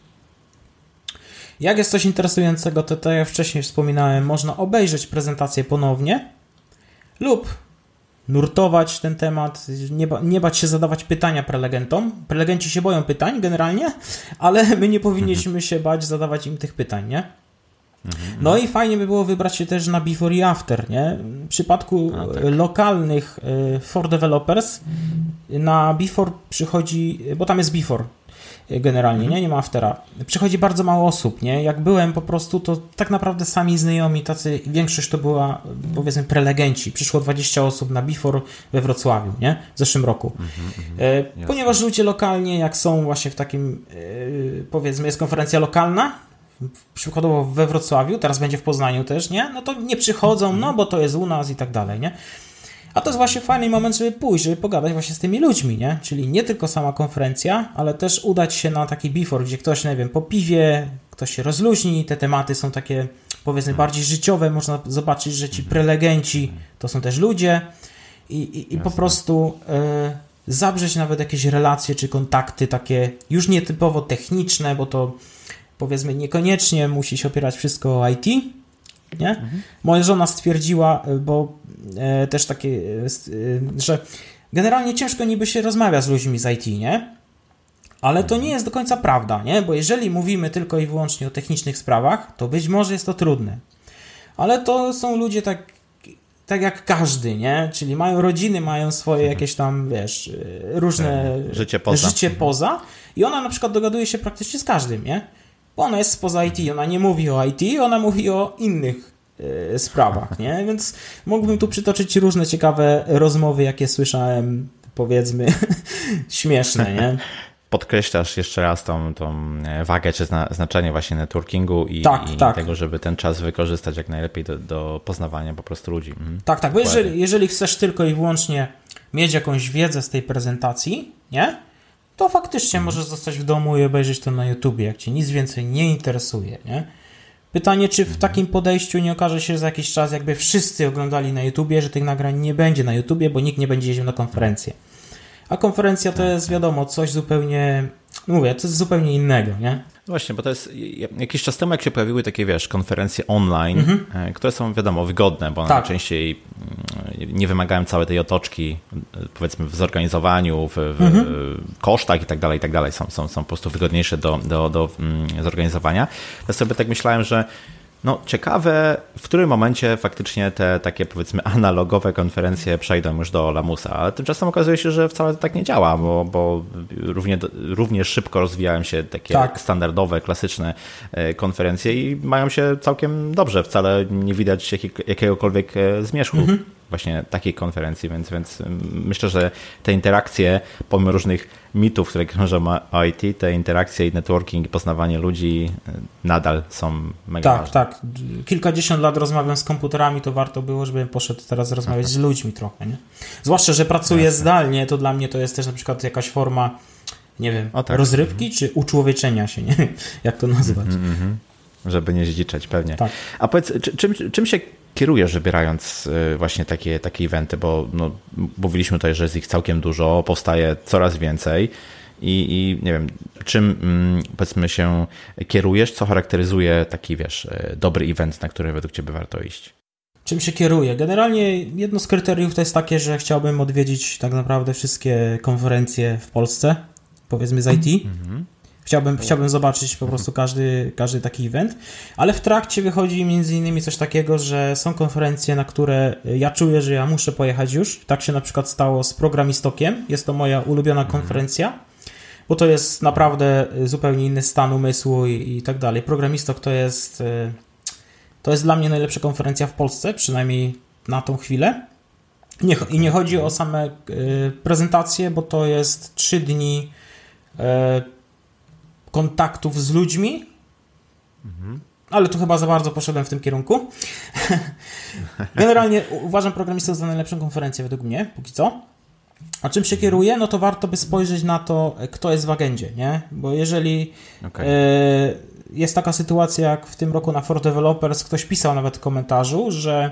Speaker 2: Jak jest coś interesującego, to tak jak wcześniej wspominałem, można obejrzeć prezentację ponownie lub nurtować ten temat, nie, ba- nie bać się zadawać pytania prelegentom. Prelegenci się boją pytań generalnie, ale my nie powinniśmy się bać zadawać im tych pytań, nie? No i fajnie by było wybrać się też na before i after, nie? W przypadku A, tak. lokalnych For Developers na before przychodzi, bo tam jest before generalnie, nie? Nie ma aftera. Przychodzi bardzo mało osób, nie? Jak byłem po prostu, to tak naprawdę sami znajomi, tacy, większość to była, powiedzmy, prelegenci. Przyszło dwadzieścia osób na before we Wrocławiu, nie? W zeszłym roku. Mm-hmm, e, ponieważ ludzie lokalnie, jak są właśnie w takim, e, powiedzmy, jest konferencja lokalna, przykładowo we Wrocławiu, teraz będzie w Poznaniu też, nie? No to nie przychodzą, no bo to jest u nas i tak dalej, nie? A to jest właśnie fajny moment, żeby pójść, żeby pogadać właśnie z tymi ludźmi, nie? Czyli nie tylko sama konferencja, ale też udać się na taki before, gdzie ktoś, nie wiem, po piwie, ktoś się rozluźni, te tematy są takie, powiedzmy, bardziej życiowe, można zobaczyć, że ci prelegenci to są też ludzie i, i, i po prostu y, zabrzeć nawet jakieś relacje czy kontakty takie już nietypowo techniczne, bo to powiedzmy niekoniecznie musi się opierać wszystko o I T, nie? Mhm. Moja żona stwierdziła, bo e, też takie, e, że generalnie ciężko niby się rozmawia z ludźmi z I T, nie? Ale to nie jest do końca prawda, nie? Bo jeżeli mówimy tylko i wyłącznie o technicznych sprawach, to być może jest to trudne. Ale to są ludzie tak, tak jak każdy, nie? Czyli mają rodziny, mają swoje mhm. jakieś tam, wiesz, różne
Speaker 1: życie poza.
Speaker 2: życie poza i ona na przykład dogaduje się praktycznie z każdym, nie? Bo ona jest spoza I T, ona nie mówi o I T, ona mówi o innych y, sprawach, nie? Więc mógłbym tu przytoczyć różne ciekawe rozmowy, jakie słyszałem, powiedzmy, śmieszne, nie?
Speaker 1: podkreślasz jeszcze raz tą, tą wagę czy zna, znaczenie właśnie networkingu i,
Speaker 2: tak,
Speaker 1: i
Speaker 2: tak.
Speaker 1: tego, żeby ten czas wykorzystać jak najlepiej do, do poznawania po prostu ludzi. Mhm.
Speaker 2: Tak, tak, bo jeżeli, jeżeli chcesz tylko i wyłącznie mieć jakąś wiedzę z tej prezentacji, nie? To faktycznie mhm. możesz zostać w domu i obejrzeć to na YouTubie, jak cię nic więcej nie interesuje, nie? Pytanie, czy w mhm. takim podejściu nie okaże się za jakiś czas, jakby wszyscy oglądali na YouTubie, że tych nagrań nie będzie na YouTubie, bo nikt nie będzie jeździł na konferencję. A konferencja to jest, wiadomo, coś zupełnie, mówię, to jest zupełnie innego, nie?
Speaker 1: Właśnie, bo to jest jakiś czas temu, jak się pojawiły takie, wiesz, konferencje online, mhm. które są, wiadomo, wygodne, bo tak. najczęściej nie wymagają całej tej otoczki, powiedzmy, w zorganizowaniu, w, w mhm. kosztach i tak dalej, i tak dalej, są, są, są po prostu wygodniejsze do, do, do zorganizowania. Ja sobie tak myślałem, że no ciekawe, w którym momencie faktycznie te takie, powiedzmy, analogowe konferencje przejdą już do lamusa, ale tymczasem okazuje się, że wcale to tak nie działa, bo, bo równie, równie szybko rozwijają się takie tak. standardowe, klasyczne konferencje i mają się całkiem dobrze, wcale nie widać jakiegokolwiek zmierzchu mhm. właśnie takiej konferencji, więc, więc myślę, że te interakcje, pomimo różnych mitów, które krążą o I T, te interakcje i networking i poznawanie ludzi nadal są mega
Speaker 2: tak,
Speaker 1: ważne.
Speaker 2: Tak, kilkadziesiąt lat rozmawiam z komputerami, to warto było, żebym poszedł teraz rozmawiać Aha. z ludźmi trochę, nie? Zwłaszcza, że pracuję Jasne. zdalnie, to dla mnie to jest też na przykład jakaś forma, nie wiem, o, tak. rozrywki mhm. czy uczłowieczenia się, nie wiem, jak to nazwać. Mhm, mhm.
Speaker 1: Żeby nie zdziczeć, pewnie.
Speaker 2: Tak.
Speaker 1: A powiedz, czym, czym się kierujesz, wybierając właśnie takie, takie eventy, bo no, mówiliśmy tutaj, że jest ich całkiem dużo, powstaje coraz więcej i, i nie wiem, czym powiedzmy się kierujesz, co charakteryzuje taki, wiesz, dobry event, na który według ciebie warto iść?
Speaker 2: Czym się kieruję? Generalnie jedno z kryteriów to jest takie, że chciałbym odwiedzić tak naprawdę wszystkie konferencje w Polsce, powiedzmy z I T. Mhm. Chciałbym, chciałbym zobaczyć po prostu każdy, każdy taki event, ale w trakcie wychodzi między innymi coś takiego, że są konferencje, na które ja czuję, że ja muszę pojechać już. Tak się na przykład stało z Programistokiem. Jest to moja ulubiona konferencja, bo to jest naprawdę zupełnie inny stan umysłu i, i tak dalej. Programistok to jest, to jest dla mnie najlepsza konferencja w Polsce, przynajmniej na tą chwilę. Nie, I nie chodzi o same prezentacje, bo to jest trzy dni kontaktów z ludźmi, mhm. ale tu chyba za bardzo poszedłem w tym kierunku. Generalnie uważam Programistów za najlepszą konferencję według mnie, póki co. A czym się kieruję? No to warto by spojrzeć na to, kto jest w agendzie, nie? Bo jeżeli okay. e, jest taka sytuacja, jak w tym roku na For Developers, ktoś pisał nawet w komentarzu, że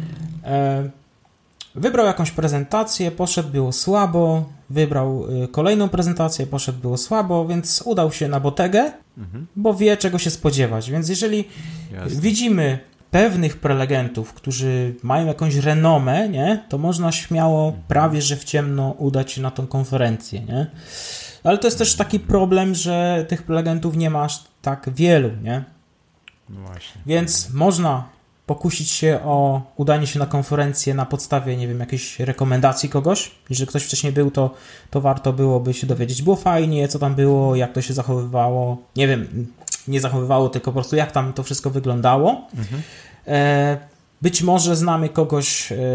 Speaker 2: e, wybrał jakąś prezentację, poszedł, było słabo, wybrał kolejną prezentację, poszedł, było słabo, więc udał się na Botegę, mhm. bo wie, czego się spodziewać. Więc jeżeli Jasne. widzimy pewnych prelegentów, którzy mają jakąś renomę, nie, to można śmiało mhm. prawie, że w ciemno udać się na tą konferencję, nie? Ale to jest też taki problem, że tych prelegentów nie ma aż tak wielu, nie?
Speaker 1: No właśnie.
Speaker 2: Więc można pokusić się o udanie się na konferencję na podstawie, nie wiem, jakiejś rekomendacji kogoś. Jeżeli ktoś wcześniej był, to, to warto byłoby się dowiedzieć. Było fajnie, co tam było, jak to się zachowywało. Nie wiem, nie zachowywało, tylko po prostu jak tam to wszystko wyglądało. Mhm. E, być może znamy kogoś e,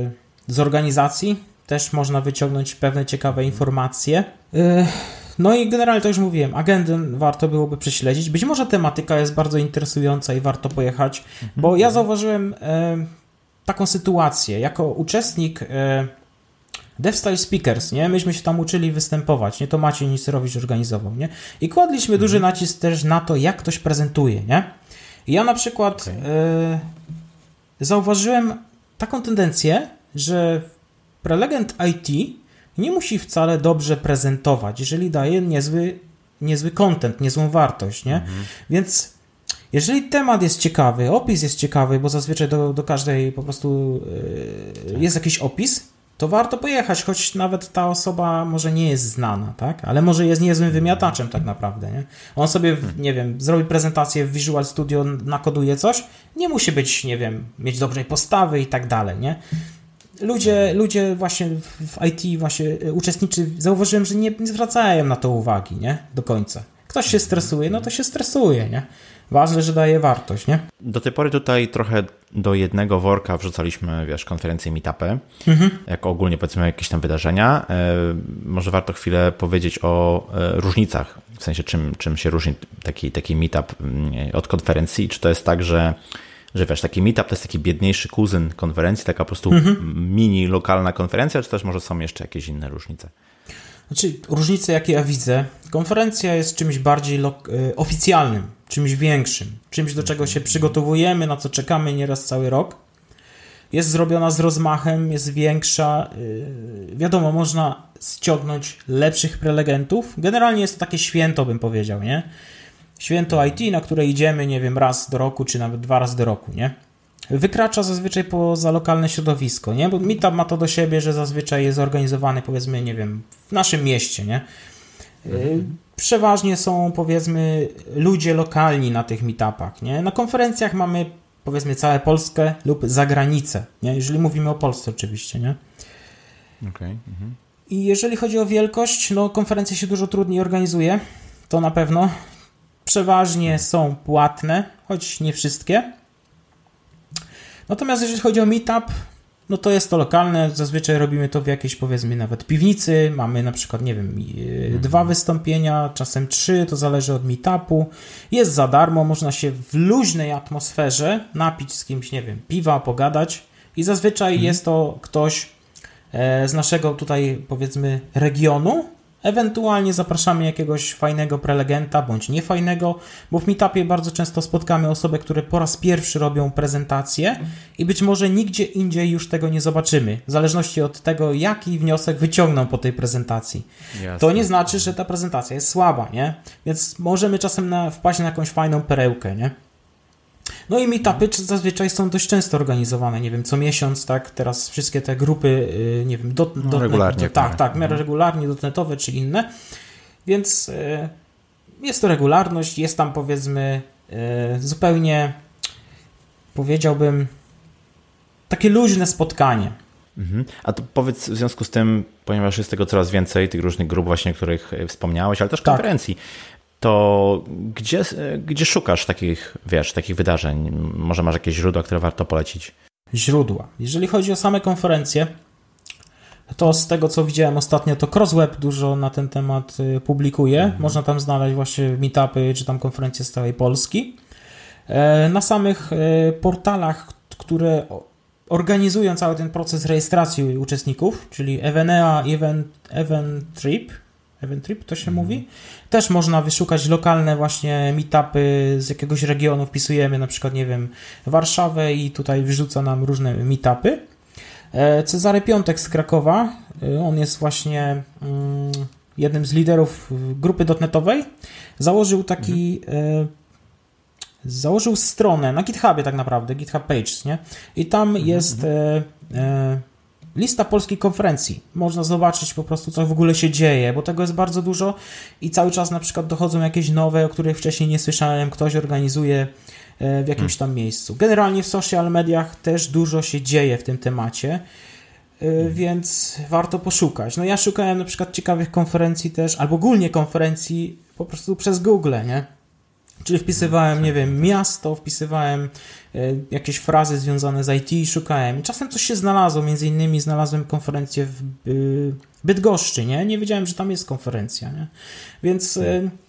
Speaker 2: z organizacji. Też można wyciągnąć pewne ciekawe informacje. E, No i generalnie to już mówiłem, agendę warto byłoby prześledzić. Być może tematyka jest bardzo interesująca i warto pojechać, mhm. bo ja zauważyłem e, taką sytuację. Jako uczestnik e, DevStyle Speakers, nie? Myśmy się tam uczyli występować, nie? To Maciej Nicerowicz organizował, nie? I kładliśmy mhm. duży nacisk też na to, jak ktoś prezentuje, nie? I ja na przykład okay. e, zauważyłem taką tendencję, że prelegent I T nie musi wcale dobrze prezentować, jeżeli daje niezły, niezły content, niezłą wartość, nie? Mhm. Więc jeżeli temat jest ciekawy, opis jest ciekawy, bo zazwyczaj do, do każdej po prostu yy, jest jakiś opis, to warto pojechać, choć nawet ta osoba może nie jest znana, tak? Ale może jest niezłym wymiataczem tak naprawdę, nie? On sobie, nie wiem, zrobi prezentację w Visual Studio, nakoduje coś, nie musi być, nie wiem, mieć dobrej postawy i tak dalej, nie? Ludzie, ludzie właśnie w I T, właśnie uczestniczy, zauważyłem, że nie, nie zwracają na to uwagi, nie? Do końca. Ktoś ktoś się stresuje, no to się stresuje, nie? Ważne, że daje wartość, nie?
Speaker 1: Do tej pory tutaj trochę do jednego worka wrzucaliśmy, wiesz, konferencje, meetupy,
Speaker 2: Mhm.
Speaker 1: jako ogólnie powiedzmy jakieś tam wydarzenia. Może warto chwilę powiedzieć o różnicach, w sensie czym, czym się różni taki, taki meetup od konferencji. Czy to jest tak, że, że wiesz, taki meetup to jest taki biedniejszy kuzyn konferencji, taka po prostu mhm. mini, lokalna konferencja, czy też może są jeszcze jakieś inne różnice?
Speaker 2: Znaczy, różnice jakie ja widzę, konferencja jest czymś bardziej lo- oficjalnym, czymś większym, czymś do czego się przygotowujemy, na co czekamy nieraz cały rok. Jest zrobiona z rozmachem, jest większa, yy, wiadomo, można ściągnąć lepszych prelegentów. Generalnie jest to takie święto, bym powiedział, nie? Święto I T, na które idziemy, nie wiem, raz do roku, czy nawet dwa razy do roku, nie? Wykracza zazwyczaj poza lokalne środowisko, nie? Bo meetup ma to do siebie, że zazwyczaj jest organizowany, powiedzmy, nie wiem, w naszym mieście, nie? Mhm. Przeważnie są, powiedzmy, ludzie lokalni na tych meetupach, nie? Na konferencjach mamy, powiedzmy, całą Polskę lub zagranicę, nie? Jeżeli mówimy o Polsce oczywiście, nie?
Speaker 1: Okay. Mhm.
Speaker 2: I jeżeli chodzi o wielkość, no konferencje się dużo trudniej organizuje, to na pewno. Przeważnie są płatne, choć nie wszystkie. Natomiast jeżeli chodzi o meetup, no to jest to lokalne, zazwyczaj robimy to w jakiejś, powiedzmy, nawet piwnicy, mamy na przykład, nie wiem, mhm. dwa wystąpienia, czasem trzy, to zależy od meetupu, jest za darmo, można się w luźnej atmosferze napić z kimś, nie wiem, piwa, pogadać i zazwyczaj mhm. jest to ktoś z naszego tutaj, powiedzmy, regionu. Ewentualnie zapraszamy jakiegoś fajnego prelegenta, bądź niefajnego, bo w meetupie bardzo często spotkamy osoby, które po raz pierwszy robią prezentację i być może nigdzie indziej już tego nie zobaczymy, w zależności od tego, jaki wniosek wyciągną po tej prezentacji. Jasne. To nie znaczy, że ta prezentacja jest słaba, nie? Więc możemy czasem na, wpaść na jakąś fajną perełkę, nie? No i meetupy zazwyczaj są dość często organizowane, nie wiem, co miesiąc, tak, teraz wszystkie te grupy, nie wiem, dot,
Speaker 1: no, regularnie.
Speaker 2: Do, tak, tak, w miarę regularnie, dotnetowe czy inne, więc jest to regularność, jest tam, powiedzmy, zupełnie, powiedziałbym, takie luźne spotkanie.
Speaker 1: Mhm. A to powiedz w związku z tym, ponieważ jest tego coraz więcej, tych różnych grup właśnie, o których wspomniałeś, ale też
Speaker 2: tak.
Speaker 1: konferencji, to gdzie, gdzie szukasz takich, wiesz, takich wydarzeń? Może masz jakieś źródła, które warto polecić?
Speaker 2: Źródła. Jeżeli chodzi o same konferencje, to z tego, co widziałem ostatnio, to Crossweb dużo na ten temat publikuje. Mhm. Można tam znaleźć właśnie meetupy, czy tam konferencje z całej Polski. Na samych portalach, które organizują cały ten proces rejestracji uczestników, czyli Evenea, Event, Eventrip, Eventrip to się mm. mówi. Też można wyszukać lokalne właśnie meetupy z jakiegoś regionu, wpisujemy na przykład, nie wiem, Warszawę i tutaj wyrzuca nam różne meetupy. Cezary Piątek z Krakowa, on jest właśnie mm, jednym z liderów grupy dotnetowej, założył taki mm. założył stronę na GitHubie tak naprawdę, GitHub Pages, nie? I tam mm. jest e, e, lista polskich konferencji. Można zobaczyć po prostu, co w ogóle się dzieje, bo tego jest bardzo dużo i cały czas na przykład dochodzą jakieś nowe, o których wcześniej nie słyszałem, ktoś organizuje w jakimś tam miejscu. Generalnie w social mediach też dużo się dzieje w tym temacie, więc warto poszukać. No ja szukałem na przykład ciekawych konferencji też, albo ogólnie konferencji po prostu przez Google, nie? Czyli wpisywałem, nie wiem, miasto, wpisywałem jakieś frazy związane z I T, szukałem. I czasem coś się znalazło, między innymi znalazłem konferencję w Bydgoszczy, nie? Nie wiedziałem, że tam jest konferencja, nie? Więc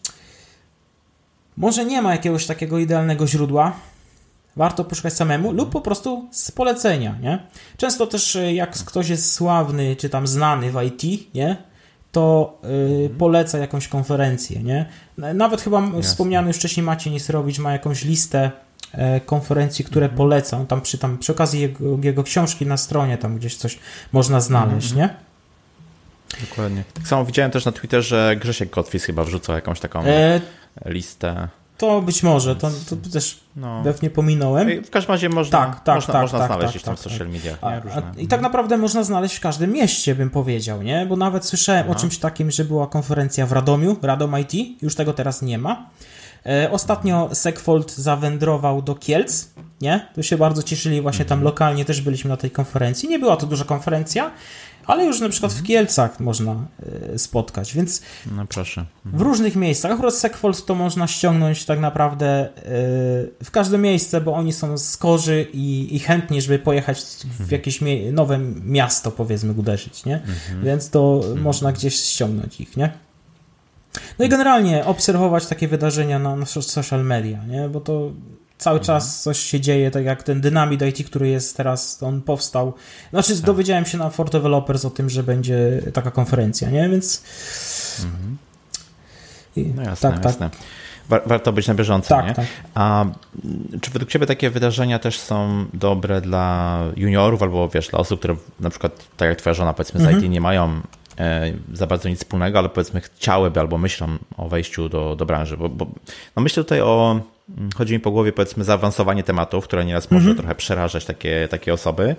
Speaker 2: może nie ma jakiegoś takiego idealnego źródła, warto poszukać samemu lub po prostu z polecenia, nie? Często też jak ktoś jest sławny, czy tam znany w I T, nie? To yy, poleca jakąś konferencję, nie? Nawet chyba Jasne. Wspomniany już wcześniej Maciej Nisrowicz ma jakąś listę e, konferencji, które mhm. polecam. Tam przy, tam przy okazji jego, jego książki na stronie tam gdzieś coś można znaleźć, mhm. nie?
Speaker 1: Dokładnie. Tak samo widziałem też na Twitterze, że Grzesiek Kotwis chyba wrzucał jakąś taką e... listę.
Speaker 2: To być może, to, to też no. pewnie pominąłem.
Speaker 1: W każdym razie można,
Speaker 2: tak, tak,
Speaker 1: można,
Speaker 2: tak,
Speaker 1: można
Speaker 2: tak,
Speaker 1: znaleźć
Speaker 2: tak,
Speaker 1: gdzieś tam
Speaker 2: tak,
Speaker 1: w social mediach.
Speaker 2: A,
Speaker 1: nie? Różne.
Speaker 2: A, I tak naprawdę można znaleźć w każdym mieście, bym powiedział, nie? Bo nawet słyszałem Aha. o czymś takim, że była konferencja w Radomiu, Radom I T, już tego teraz nie ma. Ostatnio Segfold zawędrował do Kielc, nie? To się bardzo cieszyli, właśnie tam lokalnie też byliśmy na tej konferencji. Nie była to duża konferencja, ale już na przykład w Kielcach można spotkać, więc
Speaker 1: no proszę.
Speaker 2: w różnych miejscach. Akurat Segfold to można ściągnąć tak naprawdę w każde miejsce, bo oni są skorzy i, i chętni, żeby pojechać w jakieś mie- nowe miasto, powiedzmy, uderzyć, nie? Mhm. Więc to mhm. można gdzieś ściągnąć ich, nie? No i generalnie obserwować takie wydarzenia na, na social media, nie? Bo to cały czas coś się dzieje, tak jak ten Dynamit I T, który jest teraz, on powstał. Znaczy tak. dowiedziałem się na For Developers o tym, że będzie taka konferencja, nie? Więc...
Speaker 1: Mhm. No jasne,
Speaker 2: tak,
Speaker 1: jasne.
Speaker 2: tak.
Speaker 1: War, warto być na bieżąco,
Speaker 2: tak,
Speaker 1: nie?
Speaker 2: Tak.
Speaker 1: A czy według Ciebie takie wydarzenia też są dobre dla juniorów albo wiesz, dla osób, które na przykład, tak jak Twoja żona, powiedzmy, z mhm. I T nie mają e, za bardzo nic wspólnego, ale powiedzmy chciałyby albo myślą o wejściu do, do branży, bo, bo no myślę tutaj o, chodzi mi po głowie, powiedzmy, zaawansowanie tematów, które nieraz może mhm. trochę przerażać takie, takie osoby.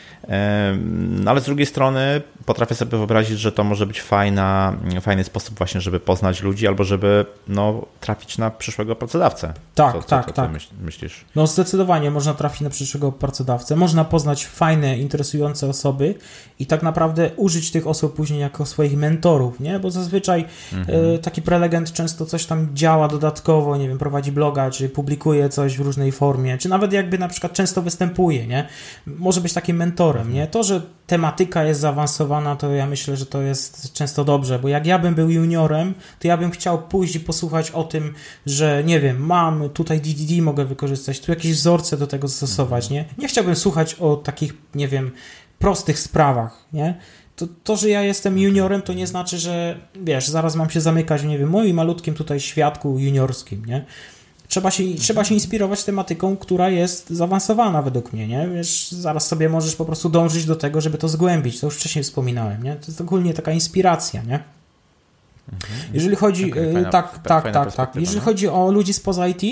Speaker 1: No ale z drugiej strony potrafię sobie wyobrazić, że to może być fajna, fajny sposób właśnie, żeby poznać ludzi albo żeby no, trafić na przyszłego pracodawcę.
Speaker 2: Tak,
Speaker 1: co, co,
Speaker 2: tak,
Speaker 1: co
Speaker 2: tak.
Speaker 1: myślisz?
Speaker 2: No zdecydowanie można trafić na przyszłego pracodawcę, można poznać fajne, interesujące osoby i tak naprawdę użyć tych osób później jako swoich mentorów, nie? Bo zazwyczaj mhm. y, taki prelegent często coś tam działa dodatkowo, nie wiem, prowadzi bloga, czy publikuje coś w różnej formie, czy nawet jakby na przykład często występuje, nie? Może być takim mentorem. Nie? To, że tematyka jest zaawansowana, to ja myślę, że to jest często dobrze, bo jak ja bym był juniorem, to ja bym chciał pójść i posłuchać o tym, że nie wiem, mam tutaj D D D mogę wykorzystać, tu jakieś wzorce do tego zastosować, nie? Nie chciałbym słuchać o takich, nie wiem, prostych sprawach, nie? To, to, że ja jestem juniorem, to nie znaczy, że wiesz, zaraz mam się zamykać, nie wiem, moim malutkim tutaj świadku juniorskim, nie? Trzeba się, trzeba się inspirować tematyką, która jest zaawansowana według mnie, nie? Wiesz, zaraz sobie możesz po prostu dążyć do tego, żeby to zgłębić. To już wcześniej wspominałem, nie? To jest ogólnie taka inspiracja, nie? Mhm. Jeżeli chodzi... Okay, fajna, tak, tak, tak, tak. Jeżeli no? chodzi o ludzi spoza I T,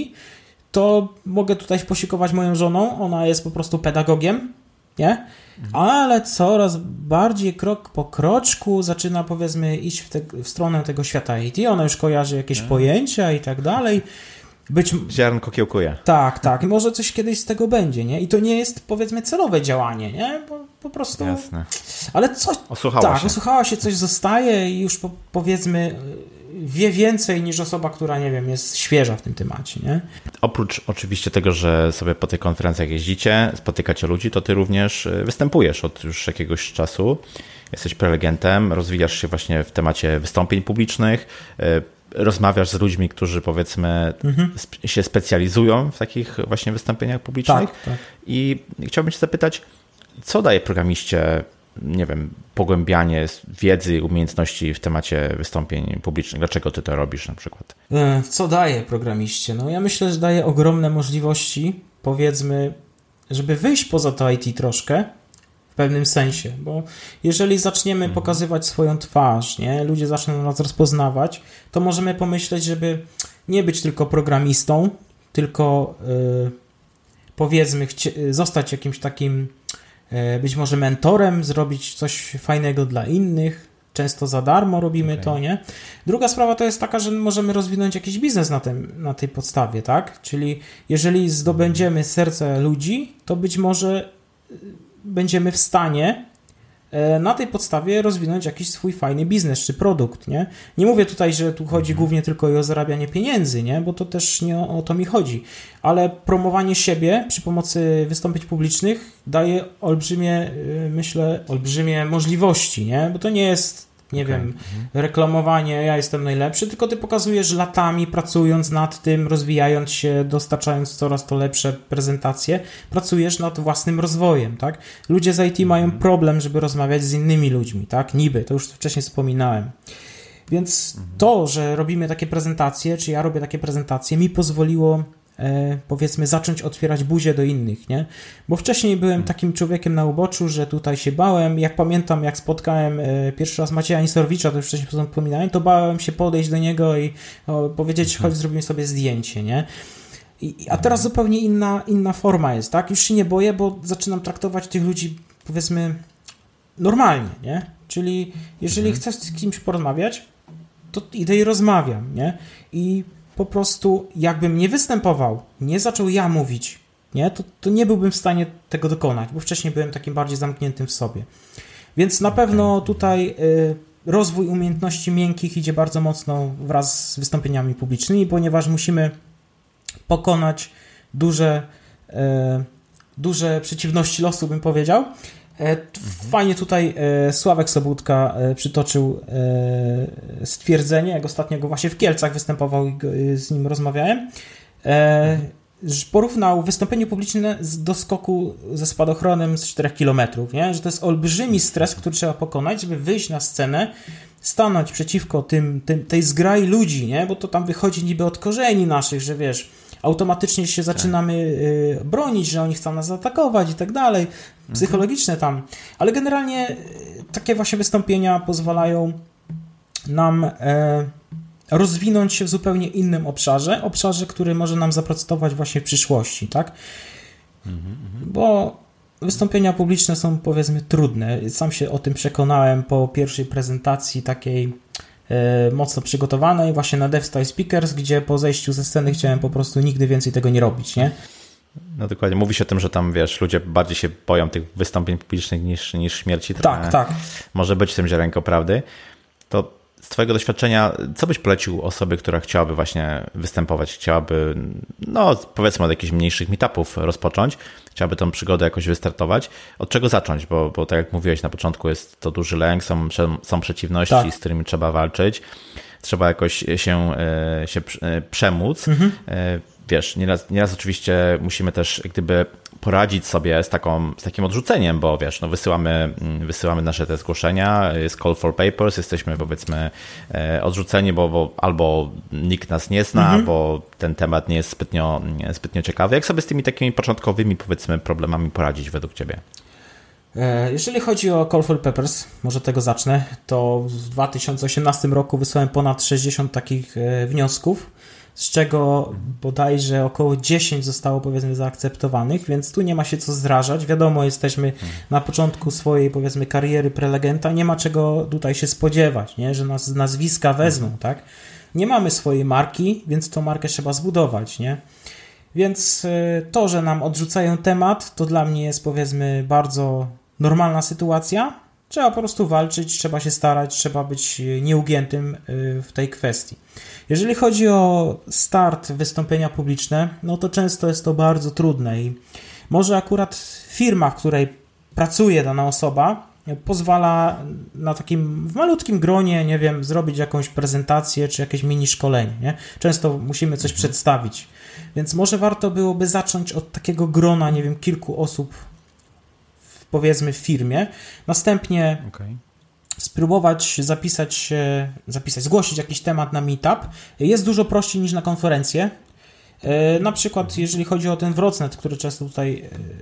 Speaker 2: to mogę tutaj posiłkować moją żoną. Ona jest po prostu pedagogiem, nie? Mhm. Ale coraz bardziej krok po kroczku zaczyna, powiedzmy, iść w, te, w stronę tego świata I T. Ona już kojarzy jakieś mhm. pojęcia i tak dalej. Być...
Speaker 1: Ziarnko kiełkuje.
Speaker 2: Tak, tak. I może coś kiedyś z tego będzie, nie? I to nie jest, powiedzmy, celowe działanie, nie? Bo po prostu...
Speaker 1: Jasne.
Speaker 2: Ale coś...
Speaker 1: Osłuchała
Speaker 2: tak,
Speaker 1: się.
Speaker 2: osłuchała się, coś zostaje i już po, powiedzmy wie więcej niż osoba, która, nie wiem, jest świeża w tym temacie, nie?
Speaker 1: Oprócz oczywiście tego, że sobie po tych konferencjach jeździcie, spotykacie ludzi, to ty również występujesz od już jakiegoś czasu. Jesteś prelegentem, rozwijasz się właśnie w temacie wystąpień publicznych, rozmawiasz z ludźmi, którzy powiedzmy mhm. się specjalizują w takich właśnie wystąpieniach publicznych.
Speaker 2: Tak, tak.
Speaker 1: I chciałbym cię zapytać, co daje programiście, nie wiem, pogłębianie wiedzy i umiejętności w temacie wystąpień publicznych? Dlaczego ty to robisz na przykład?
Speaker 2: Co daje programiście? No ja myślę, że daje ogromne możliwości, powiedzmy, żeby wyjść poza to I T troszkę, w pewnym sensie, bo jeżeli zaczniemy mhm. pokazywać swoją twarz, nie, ludzie zaczną nas rozpoznawać, to możemy pomyśleć, żeby nie być tylko programistą, tylko yy, powiedzmy chci- zostać jakimś takim yy, być może mentorem, zrobić coś fajnego dla innych, często za darmo robimy okay. to, nie? Druga sprawa to jest taka, że możemy rozwinąć jakiś biznes na, tym, na tej podstawie, tak? Czyli jeżeli zdobędziemy serce ludzi, to być może będziemy w stanie na tej podstawie rozwinąć jakiś swój fajny biznes czy produkt, nie? Nie mówię tutaj, że tu chodzi głównie tylko o zarabianie pieniędzy, nie? Bo to też nie o, o to mi chodzi, ale promowanie siebie przy pomocy wystąpień publicznych daje olbrzymie, myślę, olbrzymie możliwości, nie? Bo to nie jest, nie okay. wiem, reklamowanie, ja jestem najlepszy, tylko ty pokazujesz latami, pracując nad tym, rozwijając się, dostarczając coraz to lepsze prezentacje, pracujesz nad własnym rozwojem, tak? Ludzie z I T mają problem, żeby rozmawiać z innymi ludźmi, tak? Niby, to już wcześniej wspominałem. Więc to, że robimy takie prezentacje, czy ja robię takie prezentacje, mi pozwoliło E, powiedzmy zacząć otwierać buzię do innych, nie? Bo wcześniej byłem takim człowiekiem na uboczu, że tutaj się bałem. Jak pamiętam, jak spotkałem e, pierwszy raz Macieja Nisorowicza, to już wcześniej wspominałem, to bałem się podejść do niego i o, powiedzieć, chodź, zrobimy sobie zdjęcie, nie? I, a teraz zupełnie inna, inna forma jest, tak? Już się nie boję, bo zaczynam traktować tych ludzi, powiedzmy, normalnie, nie? Czyli jeżeli chcesz z kimś porozmawiać, to idę i rozmawiam, nie? I po prostu jakbym nie występował, nie zaczął ja mówić, nie, to, to nie byłbym w stanie tego dokonać, bo wcześniej byłem takim bardziej zamkniętym w sobie. Więc na pewno tutaj y, rozwój umiejętności miękkich idzie bardzo mocno wraz z wystąpieniami publicznymi, ponieważ musimy pokonać duże, y, duże przeciwności losu, bym powiedział. Fajnie tutaj Sławek Sobótka przytoczył stwierdzenie, jak ostatnio go właśnie w Kielcach występował i z nim rozmawiałem, że porównał wystąpienie publiczne do skoku ze spadochronem z czterech kilometrów, nie? Że to jest olbrzymi stres, który trzeba pokonać, żeby wyjść na scenę, stanąć przeciwko tym, tym, tej zgrai ludzi, nie? Bo to tam wychodzi niby od korzeni naszych, że wiesz, automatycznie się zaczynamy y, bronić, że oni chcą nas zaatakować i tak dalej, psychologiczne tam, ale generalnie y, takie właśnie wystąpienia pozwalają nam y, rozwinąć się w zupełnie innym obszarze, obszarze, który może nam zaprocentować właśnie w przyszłości, tak? Mm-hmm. Bo wystąpienia publiczne są, powiedzmy, trudne. Sam się o tym przekonałem po pierwszej prezentacji takiej mocno przygotowanej właśnie na DevStyle Speakers, gdzie po zejściu ze sceny chciałem po prostu nigdy więcej tego nie robić, nie?
Speaker 1: No dokładnie. Mówi się o tym, że tam, wiesz, ludzie bardziej się boją tych wystąpień publicznych niż, niż śmierci.
Speaker 2: Tak, tak.
Speaker 1: Może być w tym ziarenko prawdy. To z twojego doświadczenia, co byś polecił osobie, która chciałaby właśnie występować, chciałaby, no powiedzmy od jakichś mniejszych meetupów rozpocząć, chciałaby tą przygodę jakoś wystartować. Od czego zacząć? Bo, bo tak jak mówiłeś na początku, jest to duży lęk, są, są przeciwności, tak, z którymi trzeba walczyć. Trzeba jakoś się, się przemóc. Mhm. Wiesz, nieraz, nieraz oczywiście musimy też jak gdyby poradzić sobie z, taką, z takim odrzuceniem, bo wiesz, no wysyłamy, wysyłamy nasze te zgłoszenia, jest call for papers, jesteśmy powiedzmy odrzuceni, bo, bo albo nikt nas nie zna, mhm. bo ten temat nie jest zbytnio, zbytnio ciekawy. Jak sobie z tymi takimi początkowymi, powiedzmy, problemami poradzić według ciebie?
Speaker 2: Jeżeli chodzi o Call for Papers, może tego zacznę, to w dwa tysiące osiemnastym roku wysłałem ponad sześćdziesiąt takich wniosków, z czego bodajże około dziesięć zostało, powiedzmy, zaakceptowanych, więc tu nie ma się co zrażać. Wiadomo, jesteśmy na początku swojej, powiedzmy, kariery prelegenta, nie ma czego tutaj się spodziewać, nie? Że nas z nazwiska wezmą, tak? Nie mamy swojej marki, więc tą markę trzeba zbudować, nie? Więc to, że nam odrzucają temat, to dla mnie jest, powiedzmy, bardzo normalna sytuacja. Trzeba po prostu walczyć, trzeba się starać, trzeba być nieugiętym w tej kwestii. Jeżeli chodzi o start wystąpienia publiczne, no to często jest to bardzo trudne i może akurat firma, w której pracuje dana osoba, pozwala na takim w malutkim gronie, nie wiem, zrobić jakąś prezentację czy jakieś mini szkolenie, nie? Często musimy coś mhm. przedstawić, więc może warto byłoby zacząć od takiego grona, nie wiem, kilku osób w, powiedzmy w firmie, następnie okay. spróbować zapisać się, zapisać, zgłosić jakiś temat na meetup. Jest dużo prościej niż na konferencję. Na przykład jeżeli chodzi o ten Wrocnet, który często tutaj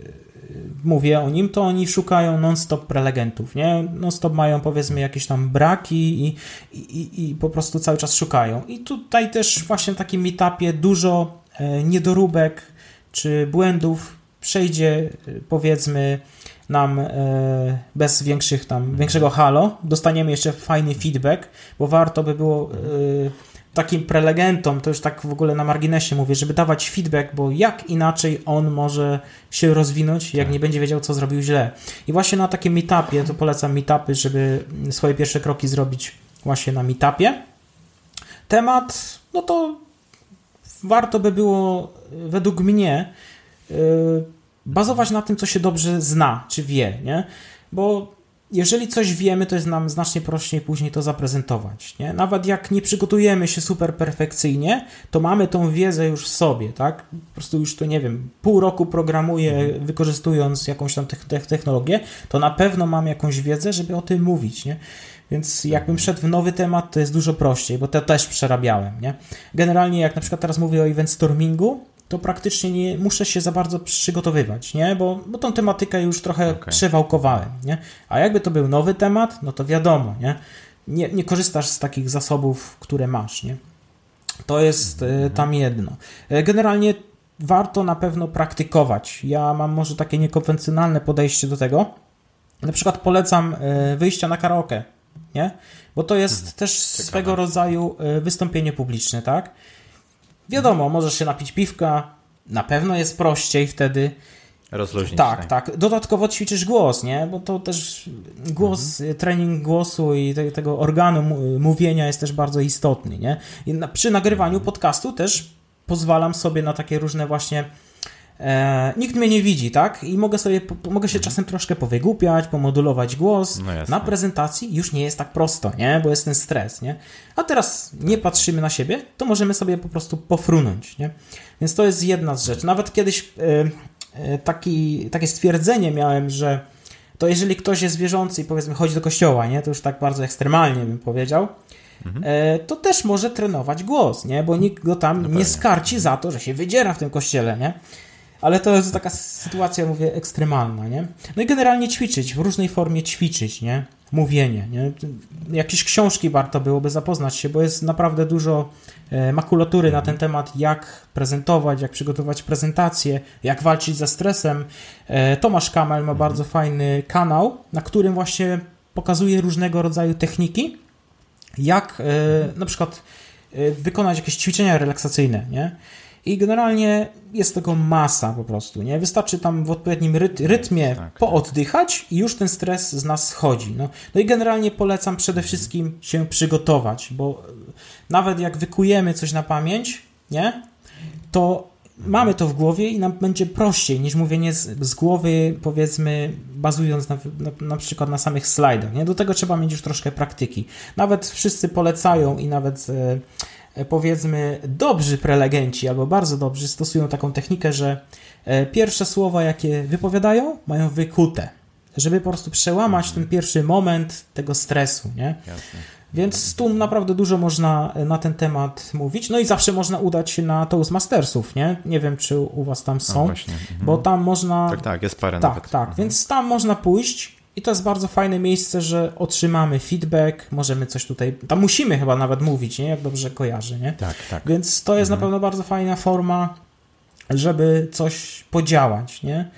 Speaker 2: mówię o nim, to oni szukają non-stop prelegentów, nie? Non-stop mają, powiedzmy, jakieś tam braki i, i, i po prostu cały czas szukają. I tutaj też właśnie w takim meetupie dużo niedoróbek czy błędów przejdzie, powiedzmy, nam bez większych tam, większego halo. Dostaniemy jeszcze fajny feedback, bo warto by było takim prelegentom, to już tak w ogóle na marginesie mówię, żeby dawać feedback, bo jak inaczej on może się rozwinąć, jak nie będzie wiedział, co zrobił źle. I właśnie na takim meetupie, to polecam meetupy, żeby swoje pierwsze kroki zrobić właśnie na meetupie. Temat, no to warto by było według mnie yy, bazować na tym, co się dobrze zna, czy wie, nie? Bo jeżeli coś wiemy, to jest nam znacznie prościej później to zaprezentować, nie? Nawet jak nie przygotujemy się super perfekcyjnie, to mamy tą wiedzę już w sobie, tak? Po prostu już to, nie wiem, pół roku programuję, wykorzystując jakąś tam technologię, to na pewno mam jakąś wiedzę, żeby o tym mówić, nie? Więc jakbym szedł w nowy temat, to jest dużo prościej, bo to też przerabiałem, nie? Generalnie jak na przykład teraz mówię o event stormingu, to praktycznie nie muszę się za bardzo przygotowywać, nie? Bo, bo tą tematykę już trochę okay. przewałkowałem, nie? A jakby to był nowy temat, no to wiadomo, nie? Nie, nie korzystasz z takich zasobów, które masz, nie? To jest mm-hmm. tam jedno. Generalnie warto na pewno praktykować. Ja mam może takie niekonwencjonalne podejście do tego. Na przykład polecam wyjścia na karaoke, nie? Bo to jest mm-hmm. też Ciekawe. swego rodzaju wystąpienie publiczne, tak? Wiadomo, możesz się napić piwka, na pewno jest prościej wtedy.
Speaker 1: Rozluźnić.
Speaker 2: Tak, tak. Dodatkowo ćwiczysz głos, nie? Bo to też głos, mhm. trening głosu i te, tego organu mówienia jest też bardzo istotny, nie? I na, przy nagrywaniu podcastu też pozwalam sobie na takie różne właśnie e, nikt mnie nie widzi, tak? I mogę sobie, po, mogę się czasem troszkę powygłupiać, pomodulować głos. No na prezentacji już nie jest tak prosto, nie? Bo jest ten stres, nie? A teraz nie patrzymy na siebie, to możemy sobie po prostu pofrunąć, nie? Więc to jest jedna z rzeczy. Nawet kiedyś e, taki, takie stwierdzenie miałem, że to jeżeli ktoś jest wierzący i powiedzmy chodzi do kościoła, nie? To już tak bardzo ekstremalnie bym powiedział, mhm. e, to też może trenować głos, nie? Bo nikt go tam no nie skarci za to, że się wydziera w tym kościele, nie? Ale to jest taka sytuacja, mówię, ekstremalna, nie? No i generalnie ćwiczyć, w różnej formie ćwiczyć, nie? Mówienie, nie? Jakieś książki warto byłoby zapoznać się, bo jest naprawdę dużo makulatury na ten temat, jak prezentować, jak przygotować prezentację, jak walczyć ze stresem. Tomasz Kamel ma bardzo fajny kanał, na którym właśnie pokazuje różnego rodzaju techniki, jak na przykład wykonać jakieś ćwiczenia relaksacyjne, nie? I generalnie jest tego masa po prostu, nie? Wystarczy tam w odpowiednim ryt- rytmie tak, pooddychać i już ten stres z nas schodzi. No. no i generalnie polecam przede wszystkim się przygotować, bo nawet jak wykujemy coś na pamięć, nie? To mamy to w głowie i nam będzie prościej niż mówienie z, z głowy, powiedzmy, bazując na, na, na przykład na samych slajdach, nie? Do tego trzeba mieć już troszkę praktyki. Nawet wszyscy polecają i nawet e, powiedzmy dobrzy prelegenci albo bardzo dobrzy stosują taką technikę, że e, pierwsze słowa, jakie wypowiadają, mają wykute, żeby po prostu przełamać ten pierwszy moment tego stresu, nie? Jasne. Więc tu naprawdę dużo można na ten temat mówić. No i zawsze można udać się na Toastmastersów, nie? Nie wiem, czy u was tam są, no właśnie. Mhm. Bo tam można...
Speaker 1: Tak, tak, jest parę
Speaker 2: tak,
Speaker 1: nawet.
Speaker 2: Tak, tak, mhm. Więc tam można pójść i to jest bardzo fajne miejsce, że otrzymamy feedback, możemy coś tutaj... Tam musimy chyba nawet mówić, nie? Jak dobrze kojarzę, nie? Tak, tak. Więc to jest mhm. na pewno bardzo fajna forma, żeby coś podziałać, nie?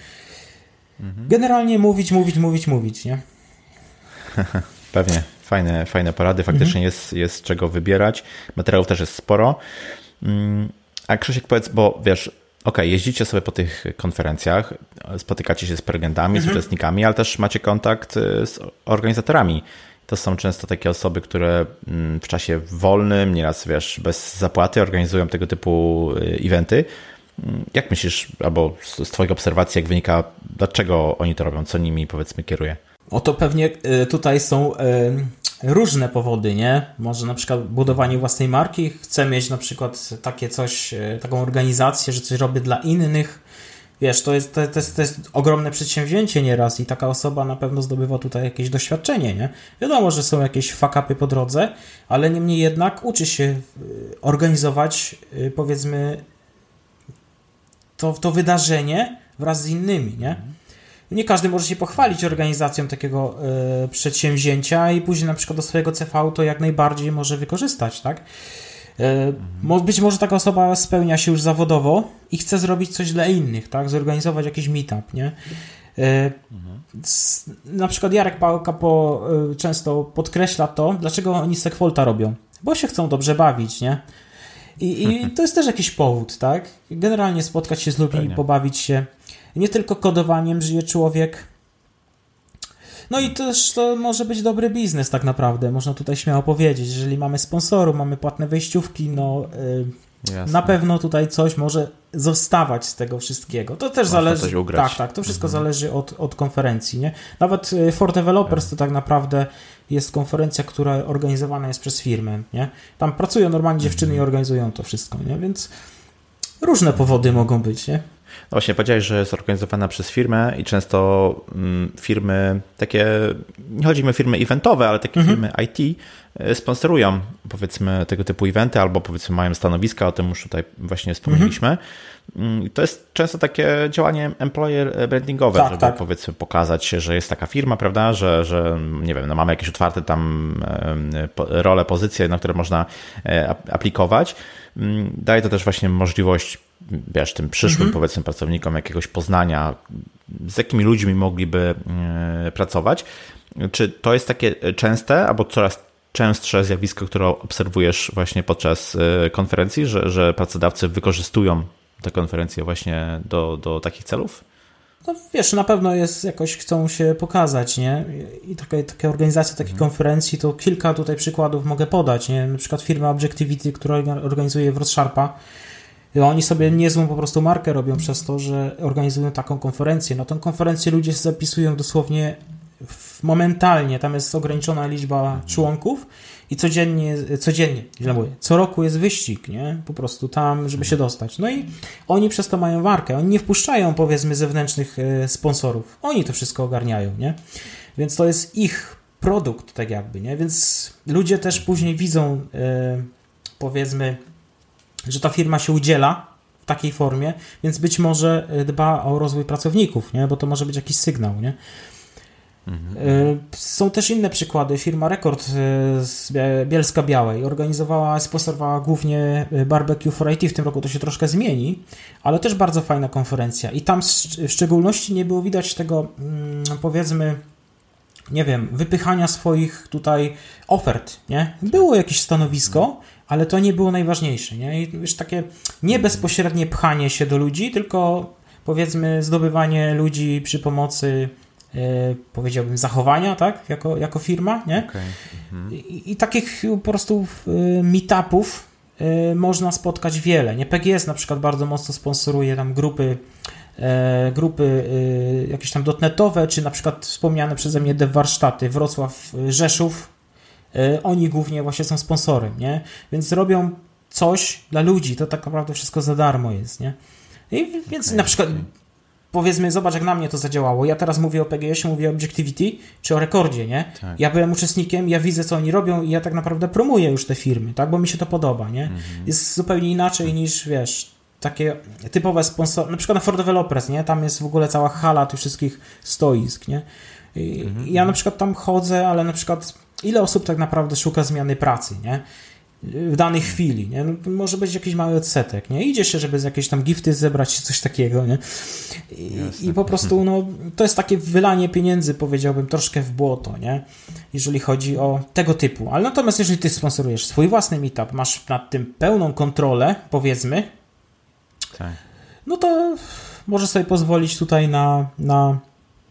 Speaker 2: Mhm. Generalnie mówić, mówić, mówić, mówić, nie?
Speaker 1: Pewnie. Fajne, fajne porady, faktycznie mhm. jest, jest czego wybierać. Materiałów też jest sporo. A Krzysiek, powiedz, bo wiesz, ok, jeździcie sobie po tych konferencjach, spotykacie się z prelegentami, mhm. z uczestnikami, ale też macie kontakt z organizatorami. To są często takie osoby, które w czasie wolnym, nieraz wiesz, bez zapłaty organizują tego typu eventy. Jak myślisz, albo z twojej obserwacji, jak wynika, dlaczego oni to robią, co nimi powiedzmy kieruje?
Speaker 2: Oto pewnie tutaj są różne powody, nie? Może na przykład budowanie własnej marki, chcę mieć na przykład takie coś, taką organizację, że coś robię dla innych. Wiesz, to jest, to jest, to jest ogromne przedsięwzięcie nieraz i taka osoba na pewno zdobywa tutaj jakieś doświadczenie, nie? Wiadomo, że są jakieś fuck-upy po drodze, ale niemniej jednak uczy się organizować, powiedzmy, to, to wydarzenie wraz z innymi, nie? Nie każdy może się pochwalić organizacją takiego y, przedsięwzięcia i później na przykład do swojego C V to jak najbardziej może wykorzystać, tak? Y, mhm. Być może taka osoba spełnia się już zawodowo i chce zrobić coś dla innych, tak? Zorganizować jakiś meetup, nie? Y, mhm. s, na przykład Jarek Pałka po, y, często podkreśla to, dlaczego oni Segfolta robią. Bo się chcą dobrze bawić, nie? I, i to jest też jakiś powód, tak? Generalnie spotkać się z ludźmi i pobawić się. Nie tylko kodowaniem żyje człowiek. No i też to może być dobry biznes tak naprawdę, można tutaj śmiało powiedzieć. Jeżeli mamy sponsorów, mamy płatne wejściówki, no yy, na pewno tutaj coś może zostawać z tego wszystkiego. To też można zależy. Tak, tak, to wszystko mhm. zależy od, od konferencji, nie? Nawet For Developers to tak naprawdę jest konferencja, która organizowana jest przez firmę, nie? Tam pracują normalnie dziewczyny mhm. i organizują to wszystko, nie? Więc różne powody mogą być, nie?
Speaker 1: No właśnie, powiedziałeś, że jest organizowana przez firmę i często mm, firmy takie, nie chodzi mi o firmy eventowe, ale takie mhm. firmy I T sponsorują powiedzmy tego typu eventy albo powiedzmy mają stanowiska, o tym już tutaj właśnie wspomnieliśmy. Mhm. To jest często takie działanie employer brandingowe, tak, żeby tak. powiedzmy pokazać się, że jest taka firma, prawda, że, że nie wiem, no mamy jakieś otwarte tam role, pozycje, na które można aplikować. Daje to też właśnie możliwość, wiesz, tym przyszłym mhm. powiedzmy pracownikom jakiegoś poznania, z jakimi ludźmi mogliby pracować. Czy to jest takie częste, albo coraz częstsze zjawisko, które obserwujesz właśnie podczas konferencji, że, że pracodawcy wykorzystują te konferencje właśnie do, do takich celów?
Speaker 2: No wiesz, na pewno jest jakoś chcą się pokazać, nie? I takie, takie organizacje takiej hmm. konferencji, to kilka tutaj przykładów mogę podać, nie? Na przykład firma Objectivity, która organizuje WrotSharpa, oni sobie niezłą po prostu markę robią przez to, że organizują taką konferencję. Na tą konferencję ludzie się zapisują dosłownie momentalnie, tam jest ograniczona liczba członków i codziennie, codziennie, źle mówię, co roku jest wyścig, nie? Po prostu tam, żeby się dostać. No i oni przez to mają markę. Oni nie wpuszczają, powiedzmy, zewnętrznych sponsorów. Oni to wszystko ogarniają, nie? Więc to jest ich produkt, tak jakby, nie? Więc ludzie też później widzą, powiedzmy, że ta firma się udziela w takiej formie, więc być może dba o rozwój pracowników, nie? Bo to może być jakiś sygnał, nie? Mhm. Są też inne przykłady. Firma Rekord z Bielska Białej organizowała, sponsorowała głównie Barbecue for I T. W tym roku to się troszkę zmieni, ale też bardzo fajna konferencja. I tam w szczególności nie było widać tego, powiedzmy, nie wiem, wypychania swoich tutaj ofert, nie? Było jakieś stanowisko, ale to nie było najważniejsze, nie? I już takie nie bezpośrednie pchanie się do ludzi, tylko powiedzmy zdobywanie ludzi przy pomocy Yy, powiedziałbym zachowania, tak, jako, jako firma, nie? Okay. Mhm. I, I takich po prostu yy, meetupów yy, można spotkać wiele, nie? P G S na przykład bardzo mocno sponsoruje tam grupy yy, grupy yy, jakieś tam dotnetowe, czy na przykład wspomniane przeze mnie dev warsztaty Wrocław, Rzeszów, yy, oni głównie właśnie są sponsorem, nie? Więc robią coś dla ludzi, to tak naprawdę wszystko za darmo jest, nie? I więc okay. na przykład powiedzmy, zobacz jak na mnie to zadziałało. Ja teraz mówię o P G S-ie, mówię o Objectivity, czy o Rekordzie, nie? Tak. Ja byłem uczestnikiem, ja widzę, co oni robią i ja tak naprawdę promuję już te firmy, tak? Bo mi się to podoba, nie? Mhm. Jest zupełnie inaczej niż, wiesz, takie typowe sponsory, na przykład na For Developers, nie? Tam jest w ogóle cała hala tych wszystkich stoisk, nie? I mhm. ja na przykład tam chodzę, ale na przykład ile osób tak naprawdę szuka zmiany pracy, nie? W danej chwili, nie? No, może być jakiś mały odsetek, nie? Idzie się, żeby z jakieś tam gifty zebrać, coś takiego, nie? I, i po prostu, no, to jest takie wylanie pieniędzy, powiedziałbym, troszkę w błoto, nie? Jeżeli chodzi o tego typu. Ale natomiast jeżeli ty sponsorujesz swój własny meetup, masz nad tym pełną kontrolę, powiedzmy, tak. no to możesz sobie pozwolić tutaj na... na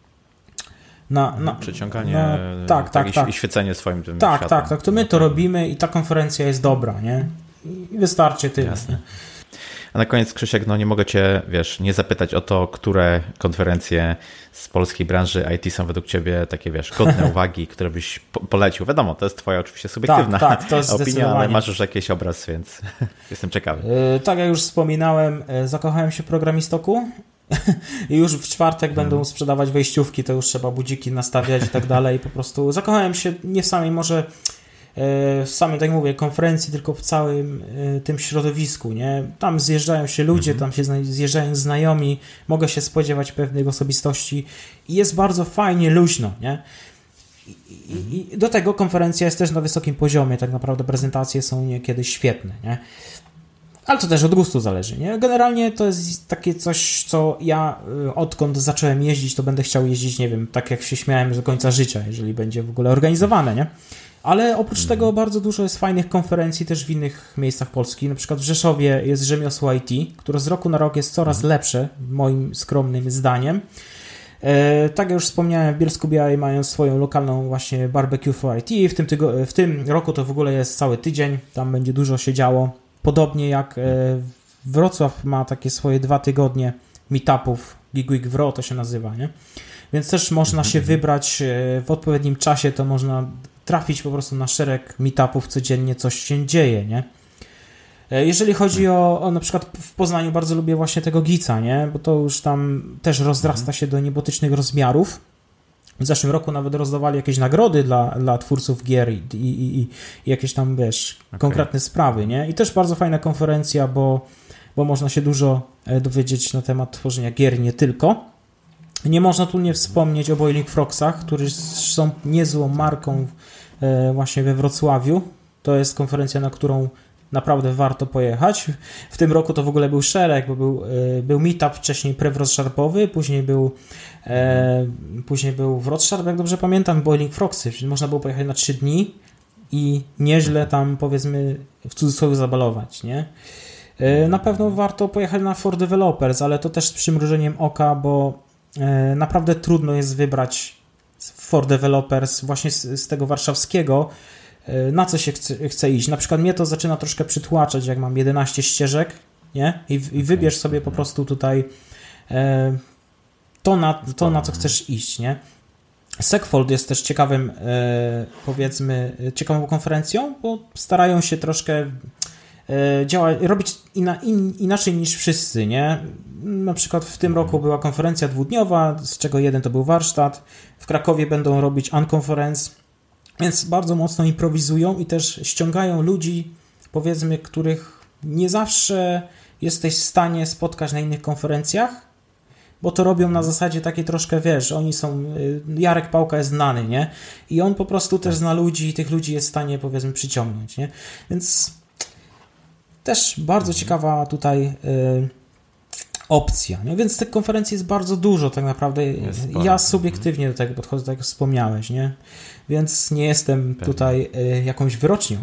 Speaker 2: Na, na,
Speaker 1: przeciąganie
Speaker 2: na, tak, tak,
Speaker 1: i,
Speaker 2: tak.
Speaker 1: i świecenie swoim tym
Speaker 2: tak,
Speaker 1: światłem.
Speaker 2: Tak, tak, to my to robimy i ta konferencja jest dobra, nie? I wystarczy tyle.
Speaker 1: Jasne. A na koniec, Krzysiek, no nie mogę cię, wiesz, nie zapytać o to, które konferencje z polskiej branży I T są według ciebie takie, wiesz, godne uwagi, które byś po- polecił. Wiadomo, to jest twoja oczywiście subiektywna
Speaker 2: tak, tak, to jest
Speaker 1: opinia, ale masz już jakiś obraz, więc jestem ciekawy.
Speaker 2: Yy, tak jak już wspominałem, zakochałem się w Programistoku. I już w czwartek hmm. będą sprzedawać wejściówki, to już trzeba budziki nastawiać i tak dalej. Po prostu zakochałem się nie w samej może w samej, tak mówię, konferencji, tylko w całym tym środowisku, nie? Tam zjeżdżają się ludzie, hmm. tam się zjeżdżają znajomi, mogę się spodziewać pewnych osobistości i jest bardzo fajnie, luźno, nie? I, i, i do tego konferencja jest też na wysokim poziomie, tak naprawdę prezentacje są niekiedy świetne, nie? Ale to też od gustu zależy, nie? Generalnie to jest takie coś, co ja odkąd zacząłem jeździć, to będę chciał jeździć, nie wiem, tak jak się śmiałem, do końca życia, jeżeli będzie w ogóle organizowane, nie? Ale oprócz mm. tego bardzo dużo jest fajnych konferencji też w innych miejscach Polski. Na przykład w Rzeszowie jest Rzemiosło I T, które z roku na rok jest coraz mm. lepsze, moim skromnym zdaniem. E, tak jak już wspomniałem, w Bielsku Białej mają swoją lokalną właśnie Barbecue for I T. W tym, tygo- w tym roku to w ogóle jest cały tydzień, tam będzie dużo się działo. Podobnie jak Wrocław ma takie swoje dwa tygodnie meetupów, Gig Week Wro to się nazywa, nie? Więc też można się wybrać w odpowiednim czasie, to można trafić po prostu na szereg meetupów, codziennie coś się dzieje, nie? Jeżeli chodzi o, o na przykład w Poznaniu bardzo lubię właśnie tego Gica, nie? Bo to już tam też rozrasta się do niebotycznych rozmiarów. W zeszłym roku nawet rozdawali jakieś nagrody dla, dla twórców gier i, i, i, i jakieś tam, wiesz, okay. konkretne sprawy, nie? I też bardzo fajna konferencja, bo, bo można się dużo dowiedzieć na temat tworzenia gier, nie tylko. Nie można tu nie wspomnieć o Boiling Frogsach, którzy są niezłą marką właśnie we Wrocławiu. To jest konferencja, na którą naprawdę warto pojechać. W tym roku to w ogóle był szereg, bo był, był meetup wcześniej pre-WrotSharpowy, później był e, później był WrotSharp, jak dobrze pamiętam, Boiling Frogsy, czyli można było pojechać na trzy dni. i nieźle tam, powiedzmy, w cudzysłowie zabalować, nie? Na pewno warto pojechać na For Developers, ale to też z przymrużeniem oka, bo naprawdę trudno jest wybrać For Developers właśnie z, z tego warszawskiego, na co się chce, chce iść. Na przykład mnie to zaczyna troszkę przytłaczać, jak mam jedenaście ścieżek, nie? I, i wybierz sobie po prostu tutaj to, na, to, na co chcesz iść, nie? Segfold jest też ciekawym, powiedzmy, ciekawą konferencją, bo starają się troszkę działać, robić ina, in, inaczej niż wszyscy, nie? Na przykład w tym roku była konferencja dwudniowa, z czego jeden to był warsztat. W Krakowie będą robić Unconference, więc bardzo mocno improwizują i też ściągają ludzi, powiedzmy, których nie zawsze jesteś w stanie spotkać na innych konferencjach, bo to robią na zasadzie takiej troszkę, wiesz, oni są, Jarek Pałka jest znany, nie? I on po prostu też zna ludzi i tych ludzi jest w stanie, powiedzmy, przyciągnąć, nie? Więc też bardzo ciekawa tutaj y, opcja, nie? Więc tych konferencji jest bardzo dużo tak naprawdę. Ja subiektywnie do tego podchodzę, tak jak wspomniałeś, nie? Więc nie jestem Pewnie. tutaj y, jakąś wyrocznią.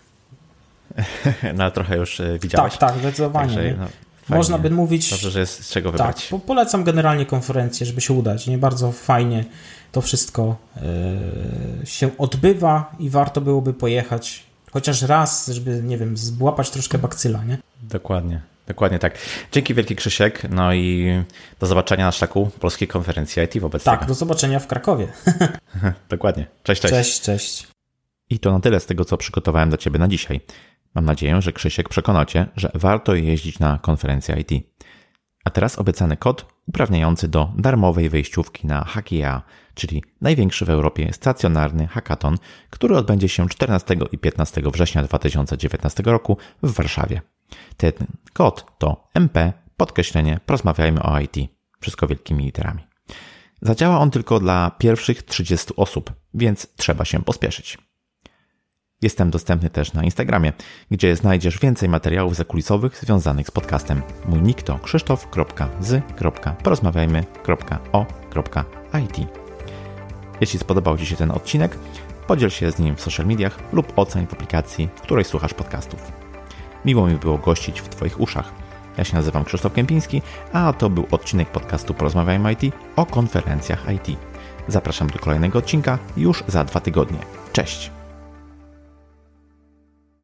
Speaker 1: No ale trochę już y, widziałeś.
Speaker 2: Tak, tak, zdecydowanie. Także, no, można by mówić...
Speaker 1: Dobrze, że jest z czego wybrać.
Speaker 2: Tak, po, polecam generalnie konferencję, żeby się udać, nie? Bardzo fajnie to wszystko y, się odbywa i warto byłoby pojechać chociaż raz, żeby, nie wiem, złapać troszkę bakcyla, nie?
Speaker 1: Dokładnie, dokładnie tak. Dzięki wielki, Krzysiek, no i do zobaczenia na szlaku Polskiej Konferencji I T wobec
Speaker 2: Tak,
Speaker 1: tego.
Speaker 2: do zobaczenia w Krakowie.
Speaker 1: Dokładnie. Cześć, cześć.
Speaker 2: Cześć, cześć.
Speaker 1: I to na tyle z tego, co przygotowałem dla Ciebie na dzisiaj. Mam nadzieję, że Krzysiek przekonał Cię, że warto jeździć na konferencję I T. A teraz obiecany kod uprawniający do darmowej wejściówki na Hackiea, czyli największy w Europie stacjonarny hackathon, który odbędzie się czternastego i piętnastego września dwa tysiące dziewiętnastego roku w Warszawie. Ten kod to M P podkreślenie porozmawiajmy o I T. Wszystko wielkimi literami. Zadziała on tylko dla pierwszych trzydziestu osób, więc trzeba się pospieszyć. Jestem dostępny też na Instagramie, gdzie znajdziesz więcej materiałów zakulisowych związanych z podcastem. Mój nick to krzysztof kropka z kropka porozmawiajmy kropka o kropka I T. Jeśli spodobał Ci się ten odcinek, podziel się z nim w social mediach lub oceń w aplikacji, w której słuchasz podcastów. Miło mi było gościć w Twoich uszach. Ja się nazywam Krzysztof Kępiński, a to był odcinek podcastu Porozmawiajmy I T o konferencjach I T. Zapraszam do kolejnego odcinka już za dwa tygodnie. Cześć!